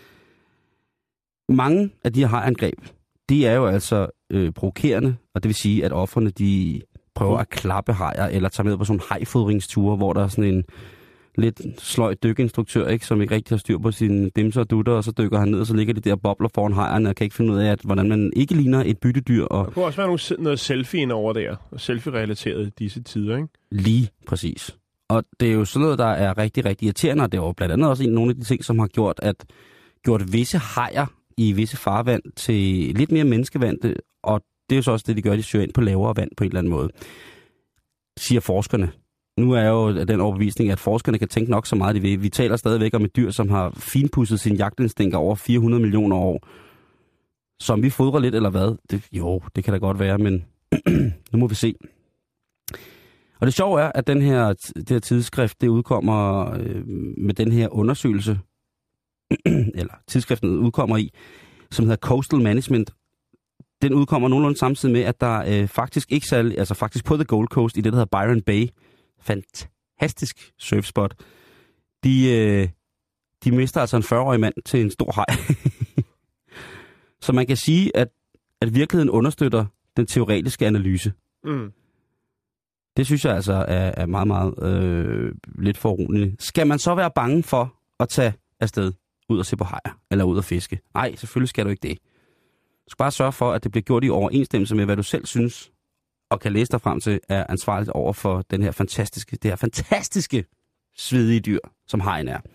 Mange af de her hajangreb, de er jo altså provokerende, og det vil sige, at ofrene de prøver at klappe hajer, eller tager med på sådan en hajfodringsture, hvor der er sådan en lidt sløj dykkeinstruktør, ikke, som ikke rigtig har styr på sine dimser og dutter, og så dykker han ned, og så ligger de der bobler foran hajerne, og kan ikke finde ud af, hvordan man ikke ligner et byttedyr. Og... Der kunne også være noget selfie over der, og selfie-relateret i disse tider, ikke? Lige præcis. Og det er jo sådan noget, der er rigtig, rigtig irriterende, og det er jo blandt andet også nogle af de ting, som har gjort visse hajer i visse farvand til lidt mere menneskevandte, og det er jo så også det, de gør, de søger ind på lavere vand på en eller anden måde, siger forskerne. Nu er jo den overbevisning, at forskerne kan tænke nok så meget, de vil. Vi taler stadigvæk om et dyr, som har finpudset sin jagtinstinker over 400 millioner år. Som vi fodrer lidt, eller hvad? Det kan da godt være, men nu må vi se. Og det sjove er, at det her tidsskrift, det udkommer med den her undersøgelse, eller tidsskriften udkommer i, som hedder Coastal Management. Den udkommer nogenlunde samtidig med, at der faktisk ikke særlig, altså faktisk på The Gold Coast, i det, der hedder Byron Bay, fantastisk surfspot, de mister altså en 40-årig mand til en stor haj. Så man kan sige, at virkeligheden understøtter den teoretiske analyse. Mm. Det synes jeg altså er meget, meget lidt foruroligende. Skal man så være bange for at tage afsted ud og se på hajer, eller ud og fiske? Nej, selvfølgelig skal du ikke det. Du skal bare sørge for, at det bliver gjort i overensstemmelse med, hvad du selv synes, og kan læse dig frem til, er ansvarligt over for det her fantastiske svedige dyr, som hajen er.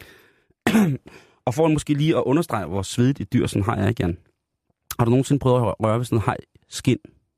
Og for måske lige at understrege, hvor svedigt et dyr sådan haj er igen. Har du nogensinde prøvet at røre ved sådan en haj-skin?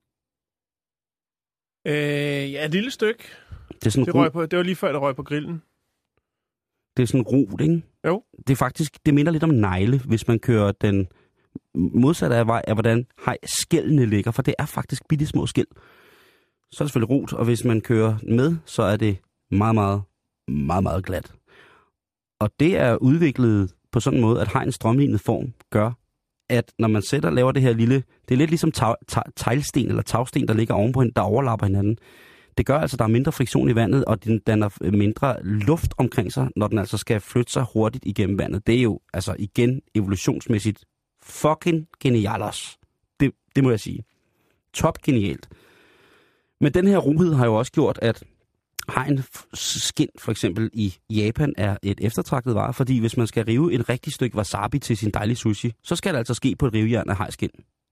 Ja, et lille stykke. Det var lige før, det røg på grillen. Det er sådan rot, ikke? Jo. Det minder lidt om negle, hvis man kører den modsatte af vej af, hvordan haj-skældene ligger, for det er faktisk bitte små skæld. Så er det selvfølgelig rot, og hvis man kører med, så er det meget, meget, meget, meget glat. Og det er udviklet på sådan en måde, at hajens strømlignet form gør, at når man laver det her lille, det er lidt ligesom teglsten eller tagsten, der ligger ovenpå der overlapper hinanden. Det gør altså, at der er mindre friktion i vandet, og den danner mindre luft omkring sig, når den altså skal flytte sig hurtigt igennem vandet. Det er jo altså igen evolutionsmæssigt fucking genialos. Det må jeg sige. Top genialt. Men den her rohed har jo også gjort, at Hajnskind for eksempel i Japan er et eftertragtet vare, fordi hvis man skal rive et rigtigt stykke wasabi til sin dejlige sushi, så skal det altså ske på et rivejern af hajskind.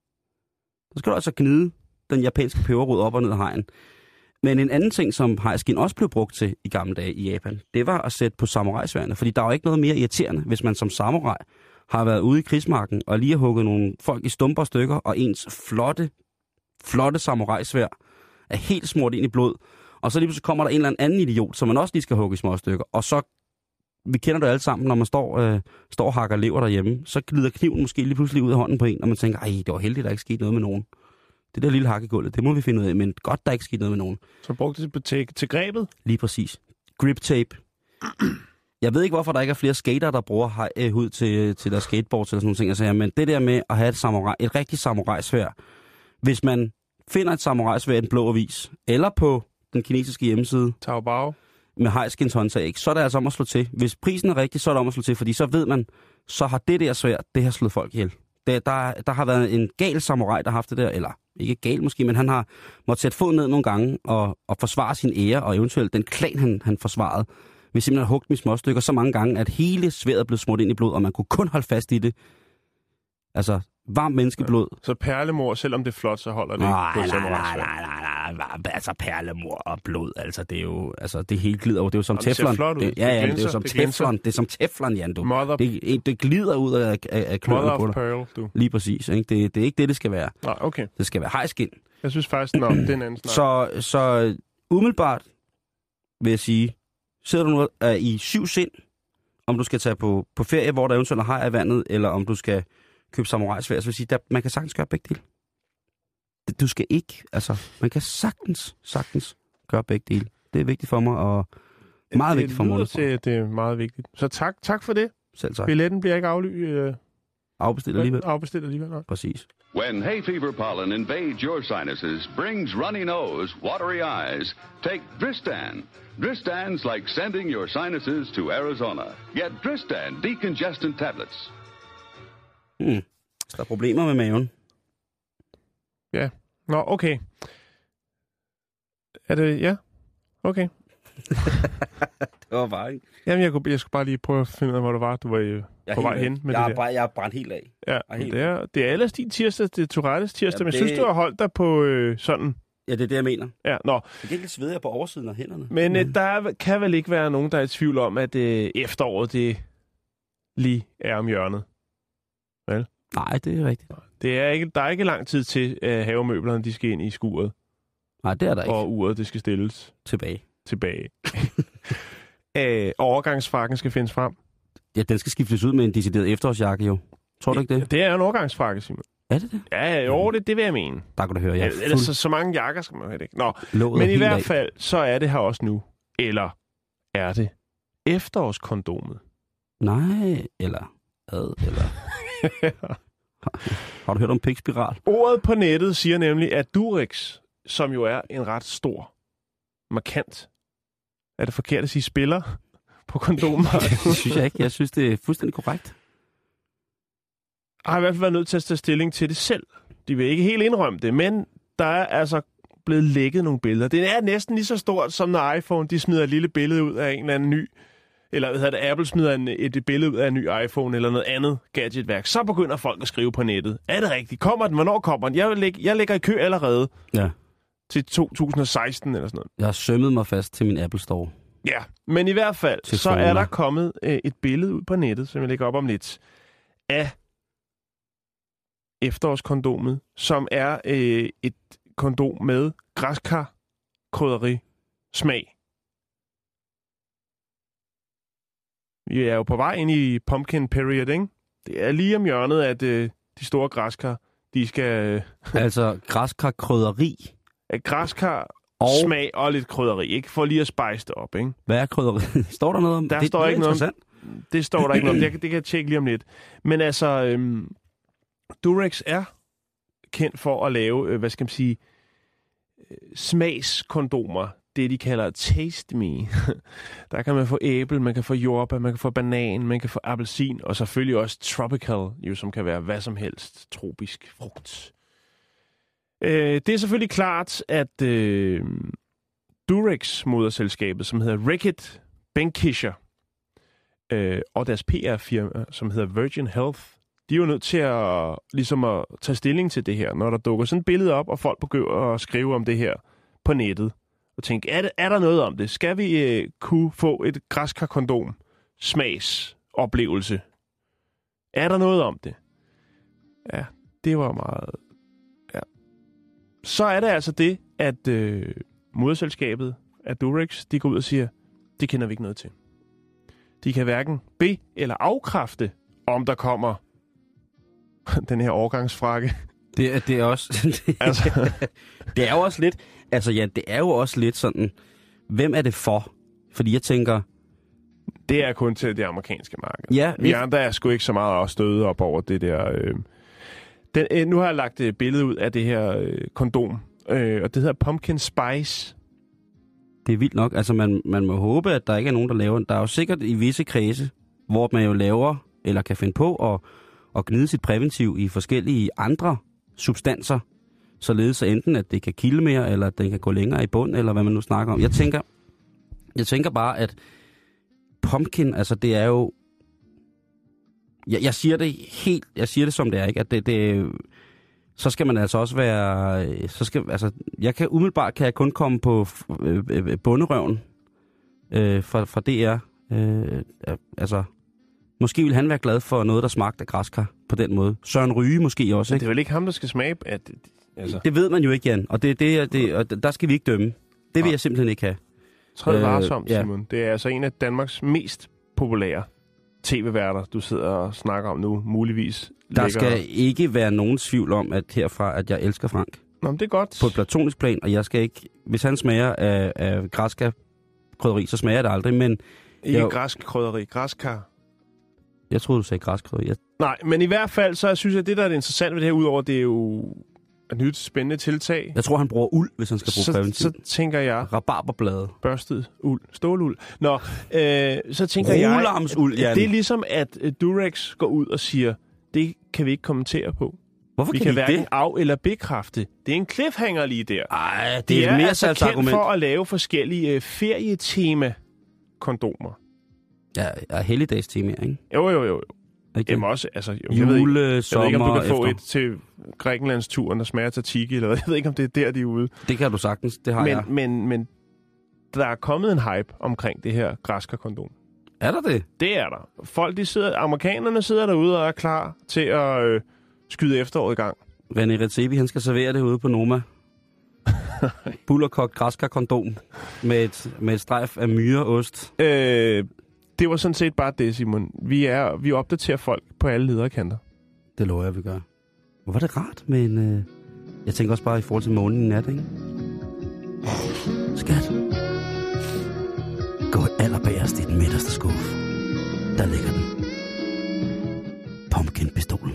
Så skal du altså gnide den japanske peberrod op og ned af hajen. Men en anden ting, som hajskind også blev brugt til i gamle dage i Japan, det var at sætte på samurajsværene, fordi der er jo ikke noget mere irriterende, hvis man som samurai har været ude i krigsmarken og lige har hugget nogle folk i stumper stykker, og ens flotte samurajsvær er helt smurt ind i blod, og så lige pludselig kommer der en eller anden idiot, som man også lige skal hugge i små stykker, og så, vi kender det alle sammen, når man står og hakker lever derhjemme, så glider kniven måske lige pludselig ud af hånden på en, og man tænker, ej, det var heldigt, der ikke skete noget med nogen. Det der lille hak i gulvet, det må vi finde ud af, men godt, der ikke skete noget med nogen. Så brugte det til grebet? Lige præcis. Grip tape. Jeg ved ikke, hvorfor der ikke er flere skater, der bruger hud til deres skateboards eller sådan nogle ting, jeg siger, men det der med at have et rigtigt samurajsværd, hvis man finder et samurajsværd i den blå avis, eller på den kinesiske hjemmeside, Taobao, med hajskins håndtag, så er det altså om at slå til. Hvis prisen er rigtig, så er det om at slå til, fordi så ved man, så har det der sværd, det har slået folk ihjel. Der har været en gal samurai, der har haft det der, eller ikke gal måske, men han har måttet sætte fod ned nogle gange og forsvare sin ære, og eventuelt den klan, han forsvarede, vi simpelthen har hugget dem i små stykker så mange gange, at hele sværdet blev smurt ind i blod, og man kunne kun holde fast i det. Altså, varmt menneskeblod. Så perlemor, selvom det er flot, så holder det ikke på samurajsværd? Nej. Altså perlemor og blod, altså det er jo, altså det hele glider over. Det er jo som teflon. Det ser flot ud. Det er jo som teflon. Det er som teflon, Jan, du. Det glider ud af kløerne på dig. Mother of pearl, du. Lige præcis, ikke? Det er ikke det skal være. Nej, okay. Det skal være hajskind. Jeg synes faktisk, det er en anden snak. Så umiddelbart vil jeg sige, sidder du nu i 7 sind, om du skal tage på ferie, hvor der eventuelt er haj i vandet, eller om du skal købe samurajsværd, så vil sige, man kan sagtens gøre begge dele. Du skal ikke, altså, man kan sagtens gøre begge dele. Det er vigtigt for mig, og meget vigtigt for mig. Det er meget vigtigt. Så tak for det. Selv tak. Billetten bliver ikke afbestilt alligevel. Afbestilt alligevel, nej. Præcis. When hay fever pollen invades your sinuses, brings runny nose, watery eyes, take Dristan. Dristan's like sending your sinuses to Arizona. Get Dristan decongestant tablets. Så der er problemer med maven. Ja. Nå, okay. Er det... Ja? Okay. Det var bare ikke. Jamen, jeg skulle bare lige prøve at finde ud af, hvor du var. Du var på vej hen med det der. Jeg er brændt helt af. Ja, det er ellers din tirsdag, det er Tourettes tirsdag, men jeg synes, du har holdt dig på sådan... Ja, det er det, jeg mener. Ja, nå. Jeg kan ikke svede på oversiden af hænderne. Men der kan vel ikke være nogen, der er i tvivl om, at efteråret, det lige er om hjørnet. Vel? Nej, det er rigtigt. Der er ikke lang tid til, at havemøblerne de skal ind i skuret. Nej, det er der ikke. Og uret, det skal stilles. Tilbage. Overgangsfrakken skal findes frem. Ja, den skal skiftes ud med en decideret efterårsjakke, jo. Tror du ikke det? Det er en overgangsfrakke, Simon. Er det det? Ja, jo, det vil jeg mene. Der kan du høre, ellers så mange jakker skal man have det ikke. Nå, men i hvert fald, så er det her også nu. Eller er det efterårskondomet? Nej, eller Har du hørt om pikspiral? Ordet på nettet siger nemlig, at Durex, som jo er en ret stor, markant, er det forkert at sige spiller på kondomer? Det synes jeg ikke. Jeg synes, det er fuldstændig korrekt. Har i hvert fald været nødt til at tage stilling til det selv. De vil ikke helt indrømme det, men der er altså blevet lækket nogle billeder. Det er næsten lige så stort, som når iPhone de smider et lille billede ud af en eller anden ny, eller Apple smider et billede ud af en ny iPhone eller noget andet gadgetværk. Så begynder folk at skrive på nettet. Er det rigtigt? Kommer den? Hvornår kommer den? Jeg ligger i kø allerede. Ja. Til 2016 eller sådan noget. Jeg har sømmet mig fast til min Apple Store. Ja, men i hvert fald, så er der kommet et billede ud på nettet, som jeg lægger op om lidt, af efterårskondomet, som er et kondom med græskar, krydderi, smag. Vi er jo på vej ind i pumpkin period, ikke? Det er lige om hjørnet, at de store græskar, de skal... Altså græskar, krydderi? Græskar, smag og lidt krydderi, ikke? For lige at spice det op, ikke? Hvad er krydderi? Står der noget om det? Står ikke noget om. Det står der ikke noget om. Det kan jeg tjekke lige om lidt. Men altså, Durex er kendt for at lave, hvad skal man sige, smagskondomer. Det, de kalder Taste Me. Der kan man få æble, man kan få jordbær, man kan få banan, man kan få appelsin, og selvfølgelig også tropical, jo, som kan være hvad som helst tropisk frugt. Det er selvfølgelig klart, at Durex-moderselskabet, som hedder Reckitt Benckiser, og deres PR-firma, som hedder Virgin Health, de er jo nødt til at tage stilling til det her, når der dukker sådan et billede op, og folk begynder at skrive om det her på nettet. Og tænke, er der noget om det? Skal vi kunne få et græskarkondom smagsoplevelse? Er der noget om det? Ja, det var meget... Ja. Så er det altså det, at moderselskabet af Durex, de går ud og siger, det kender vi ikke noget til. De kan hverken be- eller afkræfte, om der kommer den her årgangsfrakke. Det er også... altså. Det er jo også lidt... Altså ja, det er jo også lidt sådan... Hvem er det for? Fordi jeg tænker... Det er kun til det amerikanske marked. Ja, vi andre er sgu ikke så meget støde op over det der... nu har jeg lagt et billede ud af det her kondom, og det hedder Pumpkin Spice. Det er vildt nok. Altså man må håbe, at der ikke er nogen, der laver... Der er jo sikkert i visse kredse, hvor man jo laver, eller kan finde på at gnide sit præventiv i forskellige andre substanser, således så enten, at det kan kilde mere, eller at den kan gå længere i bund, eller hvad man nu snakker om. Jeg tænker bare, at pumpkin, altså det er jo... Jeg siger det helt... Jeg siger det som det er, ikke? At det så skal man altså også være... Umiddelbart kan jeg kun komme på bunderøven fra DR. Altså... Måske vil han være glad for noget, der smagte af græskar på den måde. Søren Ryge måske også, ikke? Det er vel ikke ham, der skal smage af det? Altså. Det ved man jo ikke, Jan. Og og der skal vi ikke dømme. Det vil jeg simpelthen ikke have. Træd varsomt, Simon. Det er altså en af Danmarks mest populære tv-værter, du sidder og snakker om nu, muligvis. Der skal ikke være nogen tvivl om, at herfra, at jeg elsker Frank. Nå, men det er godt. På et platonisk plan, og jeg skal ikke... Hvis han smager af græskar-krydderi, så smager det aldrig, men... Ikke græsk-krydderi, græskar. Jeg troede, du sagde græskrydderi. Nej, men i hvert fald, så synes jeg, at det, der er interessant ved det her, udover det er jo et nyt spændende tiltag. Jeg tror, han bruger uld, hvis han skal bruge præventiv. Så tænker jeg... Rabarberblade. Børstet uld. Ståluld. Nå, så tænker jeg... Rolarmsuld, Jan. Det er ligesom, at Durex går ud og siger, det kan vi ikke kommentere på. Hvorfor vi kan hverken af- eller bekræfte. Det er en cliffhanger lige der. Ej, det er mere altså kendt for at lave forskellige ferietema-kondomer. Ja, helligdagstema, ikke? Jo. Jamen også, altså... Jeg ved ikke, om du kan få et til Grækenlandsturen, der smager tatiki, eller jeg ved ikke, om det er der, de er ude. Det kan du sagtens, det har jeg. Men der er kommet en hype omkring det her græskarkondom. Er der det? Det er der. Amerikanerne sidder derude og er klar til at skyde efteråret i gang. René Redzepi, han skal servere det ude på Noma. Bullerkogt græskarkondom med et strejf af myreost. Det var sådan set bare det, Simon. Vi opdaterer folk på alle lederkanter. Det lover jeg, vi gør. Hvor var det rart med en... Jeg tænker også bare i forhold til månen i nat, ikke? Skat. Gå allerbærest i den midterste skuffe. Der ligger den. Pumpkin-pistolen.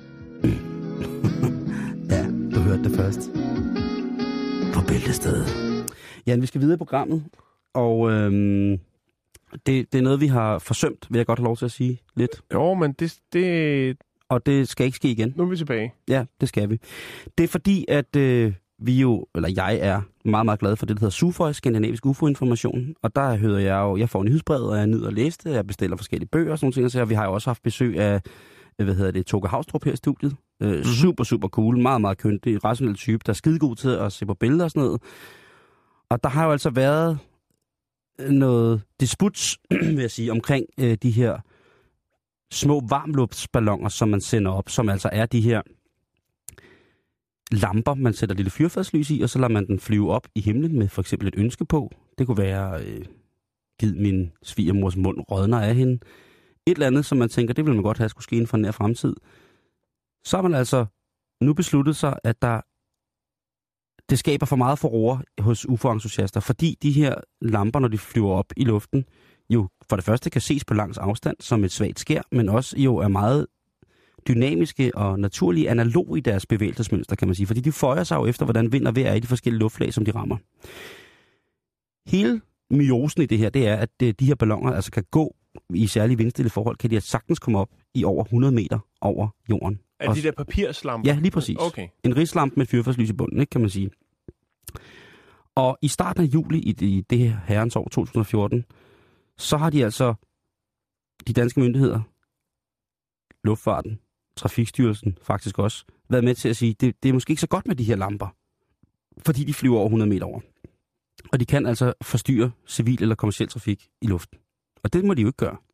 Ja, du hørte det først. På bæltestedet. Jan, vi skal videre i programmet. Og... Det er noget, vi har forsømt, vil jeg godt have lov til at sige lidt. Jo, men det... Og det skal ikke ske igen. Nu er vi tilbage. Ja, det skal vi. Det er fordi, at jeg er meget, meget glad for det, der hedder SUFOI, Skandinavisk UFO-information. Og der hører jeg får nyhedsbrevet, og jeg nyder at læse det. Jeg bestiller forskellige bøger og sådan nogle ting. Og vi har jo også haft besøg af, Toke Haustrup her i studiet. Super, super cool. Meget, meget køndig. Rationel type, der er skidegod til at se på billeder og sådan noget. Og der har jo altså været noget disputs, vil jeg sige, omkring de her små varmluftsballoner, som man sender op, som altså er de her lamper, man sætter et lille fyrfadslys i, og så lader man den flyve op i himlen med for eksempel et ønske på. Det kunne være, givet min svigermors mund rådner af hende. Et eller andet, som man tænker, det vil man godt have, skulle ske inden for en nær fremtid. Så har man altså nu besluttet sig, at det skaber for meget furore hos UFO-entusiaster, fordi de her lamper, når de flyver op i luften, jo for det første kan ses på langs afstand som et svagt skær, men også jo er meget dynamiske og naturlige analog i deres bevægelsesmønster, kan man sige. Fordi de føjer sig jo efter, hvordan vind og vejr er i de forskellige luftlag, som de rammer. Hele myosen i det her, det er, at de her balloner altså kan gå i særlige vindstille forhold, kan de sagtens komme op i over 100 meter over jorden. Er de der papirslamper? Ja, lige præcis. Okay. En rigslampe med fyrfadslys i bunden, ikke, kan man sige. Og i starten af juli i det her herrens år 2014, så har de danske myndigheder, luftfarten, Trafikstyrelsen faktisk også, været med til at sige, det er måske ikke så godt med de her lamper, fordi de flyver over 100 meter over. Og de kan altså forstyrre civil eller kommerciel trafik i luften. Og det må de jo ikke gøre.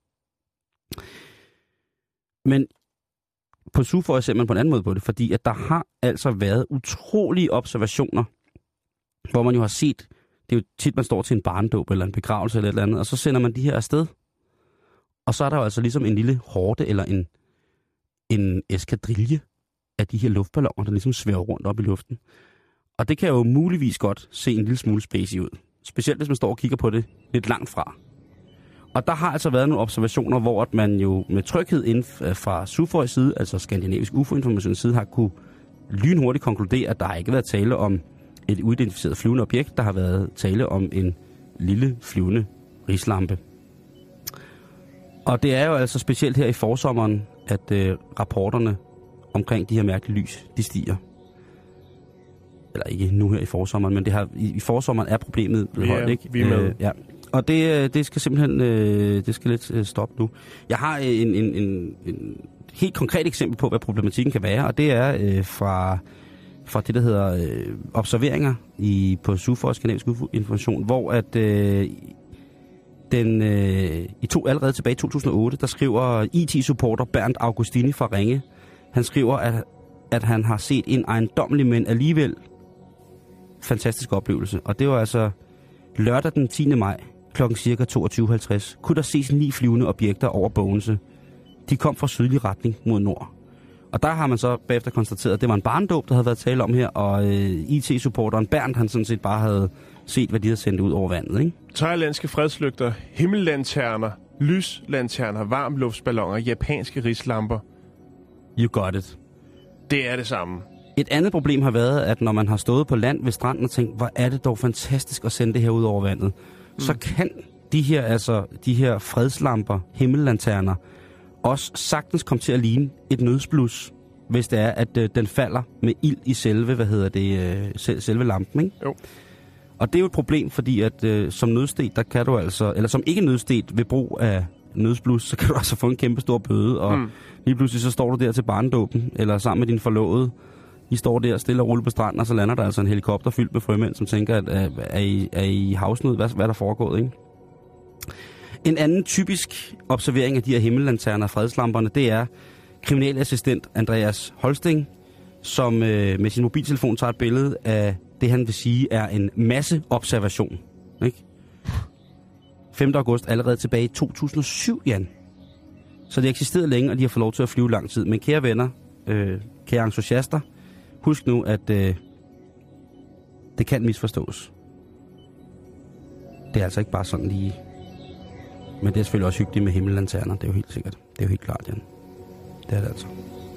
Men på Suðuroy ser man på en anden måde på det, fordi at der har altså været utrolige observationer, hvor man jo har set, det er jo tit, man står til en barndåb eller en begravelse eller et eller andet, og så sender man de her afsted. Og så er der jo altså ligesom en lille horde eller en eskadrille af de her luftballoner, der ligesom svæver rundt op i luften. Og det kan jo muligvis godt se en lille smule spacey ud. Specielt hvis man står og kigger på det lidt langt fra. Og der har altså været nogle observationer, hvor at man jo med tryghed inden fra Suðuroys side, altså Skandinavisk UFO-informations side, har kunne lynhurtigt konkludere, at der har ikke været tale om et uidentificeret flyvende objekt. Der har været tale om en lille flyvende rislampe. Og det er jo altså specielt her i forsommeren, at rapporterne omkring de her mærkelige lys, de stiger. Eller ikke nu her i forsommeren, men det har, i forsommeren er problemet højt, ikke? Vi er med. Ja. Og det skal simpelthen det skal lidt stoppe nu. Jeg har en helt konkret eksempel på, hvad problematikken kan være, og det er fra det, der hedder observeringer på Suðuroy Skandinavisk UFO-information, hvor at allerede tilbage i 2008, der skriver IT-supporter Bernd Augustini fra Ringe. Han skriver, at han har set en ejendommelig, men alligevel fantastisk oplevelse. Og det var altså lørdag den 10. maj klokken cirka 22.50. Kunne der ses 9 flyvende objekter over Bogense. De kom fra sydlig retning mod nord. Og der har man så bagefter konstateret, at det var en barndåb, der havde været tale om her, og IT-supporteren Bernd, han sådan set bare havde set, hvad de havde sendt ud over vandet, ikke? Thailandske fredslygter, himmellanterner, lyslanterner, varmluftsballoner, japanske rislamper. You got it. Det er det samme. Et andet problem har været, at når man har stået på land ved stranden og tænkt, hvor er det dog fantastisk at sende det her ud over vandet, så kan de her fredslamper, himmellanterner, også sagtens komme til at ligne et nødsblus, hvis det er, at den falder med ild i selve lampen, ikke? Jo. Og det er jo et problem, fordi at som nødsted, der kan du altså, eller som ikke nødsted ved brug af nødsblus, så kan du altså få en kæmpe stor bøde, og lige pludselig så står du der til barndåben, eller sammen med din forlovede. I står der stille og rulle på stranden, og så lander der altså en helikopter fyldt med frømænd, som tænker, at er I havsnød? Hvad er der foregået, ikke? En anden typisk observering af de her himmellanterner og fredslamperne, det er kriminalassistent Andreas Holsting, som med sin mobiltelefon tager et billede af det, han vil sige, er en masseobservation. Ikke? 5. august allerede tilbage i 2007, Jan. Så det eksisterede længe, og de har fået lov til at flyve lang tid. Men kære venner, kære entusiaster, husk nu, at det kan misforstås. Det er altså ikke bare sådan lige. Men det er selvfølgelig også hyggeligt med himmellanterner, det er jo helt sikkert. Det er jo helt klart, Jan. Det er det altså.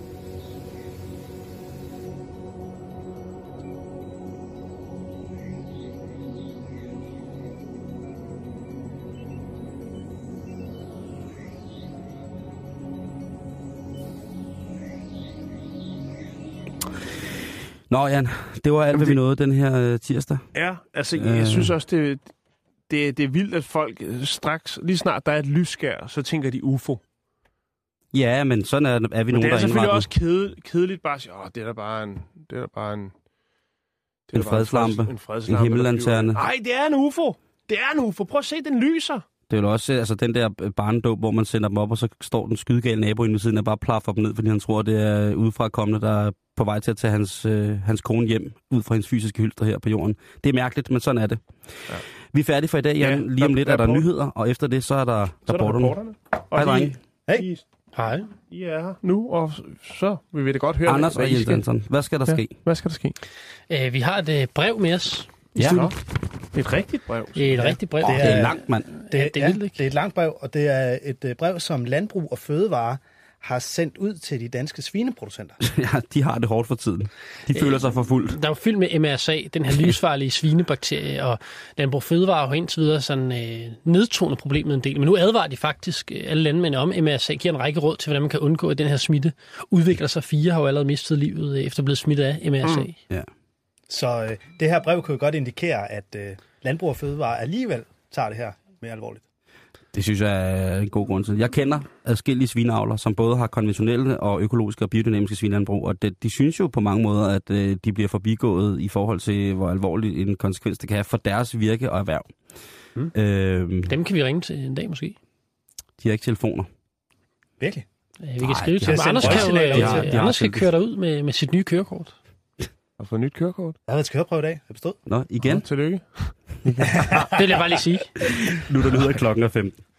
Nå, Jan, det var alt, hvad vi nåede den her tirsdag. Ja, altså jeg synes også, det er vildt, at folk straks, lige snart der er et lysskær, så tænker de UFO. Ja, men sådan er vi nogen, der indretter. Det er selvfølgelig også kedeligt bare at sige, det er da bare en fredslampe, en himmelanterne. Nej, det er en UFO. Det er en UFO. Prøv at se, den lyser. Det er jo også altså den der barndåb, hvor man sender dem op, og så står den skydegale nabo inde ved siden og bare plaffer dem ned, fordi han tror, det er udefrakommende, der er på vej til at tage hans kone hjem, ud fra hendes fysiske hylster her på jorden. Det er mærkeligt, men sådan er det. Ja. Vi er færdige for i dag, Jan. Ja, lige om lidt er der nyheder, og efter det, så er der rapporterne. Hej, drenge. Hej. Hej. I er her nu, og så vil vi det godt høre. Anders og Jens Hansen, hvad skal der ske? Hvad skal der ske? Vi har et brev med os. Ja. Et rigtigt brev. Et rigtigt brev. Det er langt, mand. Det er vildt, ikke? Det er et langt brev, og det er et brev, som Landbrug og Fødevare har sendt ud til de danske svineproducenter. Ja, de har det hårdt for tiden. De føler sig forfulgt. Der er jo fyldt med MRSA, den her livsfarlige svinebakterie, og Landbrug og Fødevare har indtil videre sådan nedtonet problemet en del. Men nu advarer de faktisk alle landmænd om, MRSA giver en række råd til, hvordan man kan undgå, at den her smitte udvikler sig. 4 har jo allerede mistet livet efter blevet smittet af MRSA. Ja. Så det her brev kan jo godt indikere, at Landbrug og Fødevare alligevel tager det her mere alvorligt. Det synes jeg er en god grund til. Jeg kender adskillige svineavlere, som både har konventionelle og økologiske og biodynamiske svinelandbrug, og de synes jo på mange måder, at de bliver forbigået i forhold til, hvor alvorlig en konsekvens det kan have for deres virke og erhverv. Dem kan vi ringe til en dag måske. De har ikke telefoner. Virkelig? Vi kan skrive til dem. Anders kan køre derud med sit nye kørekort. Og få et nyt kørekort. Jeg har været til køreprøve i dag. Jeg bestod. Nå, igen? Tillykke. Det vil jeg bare lige sige. Nu der lyder klokken er 15.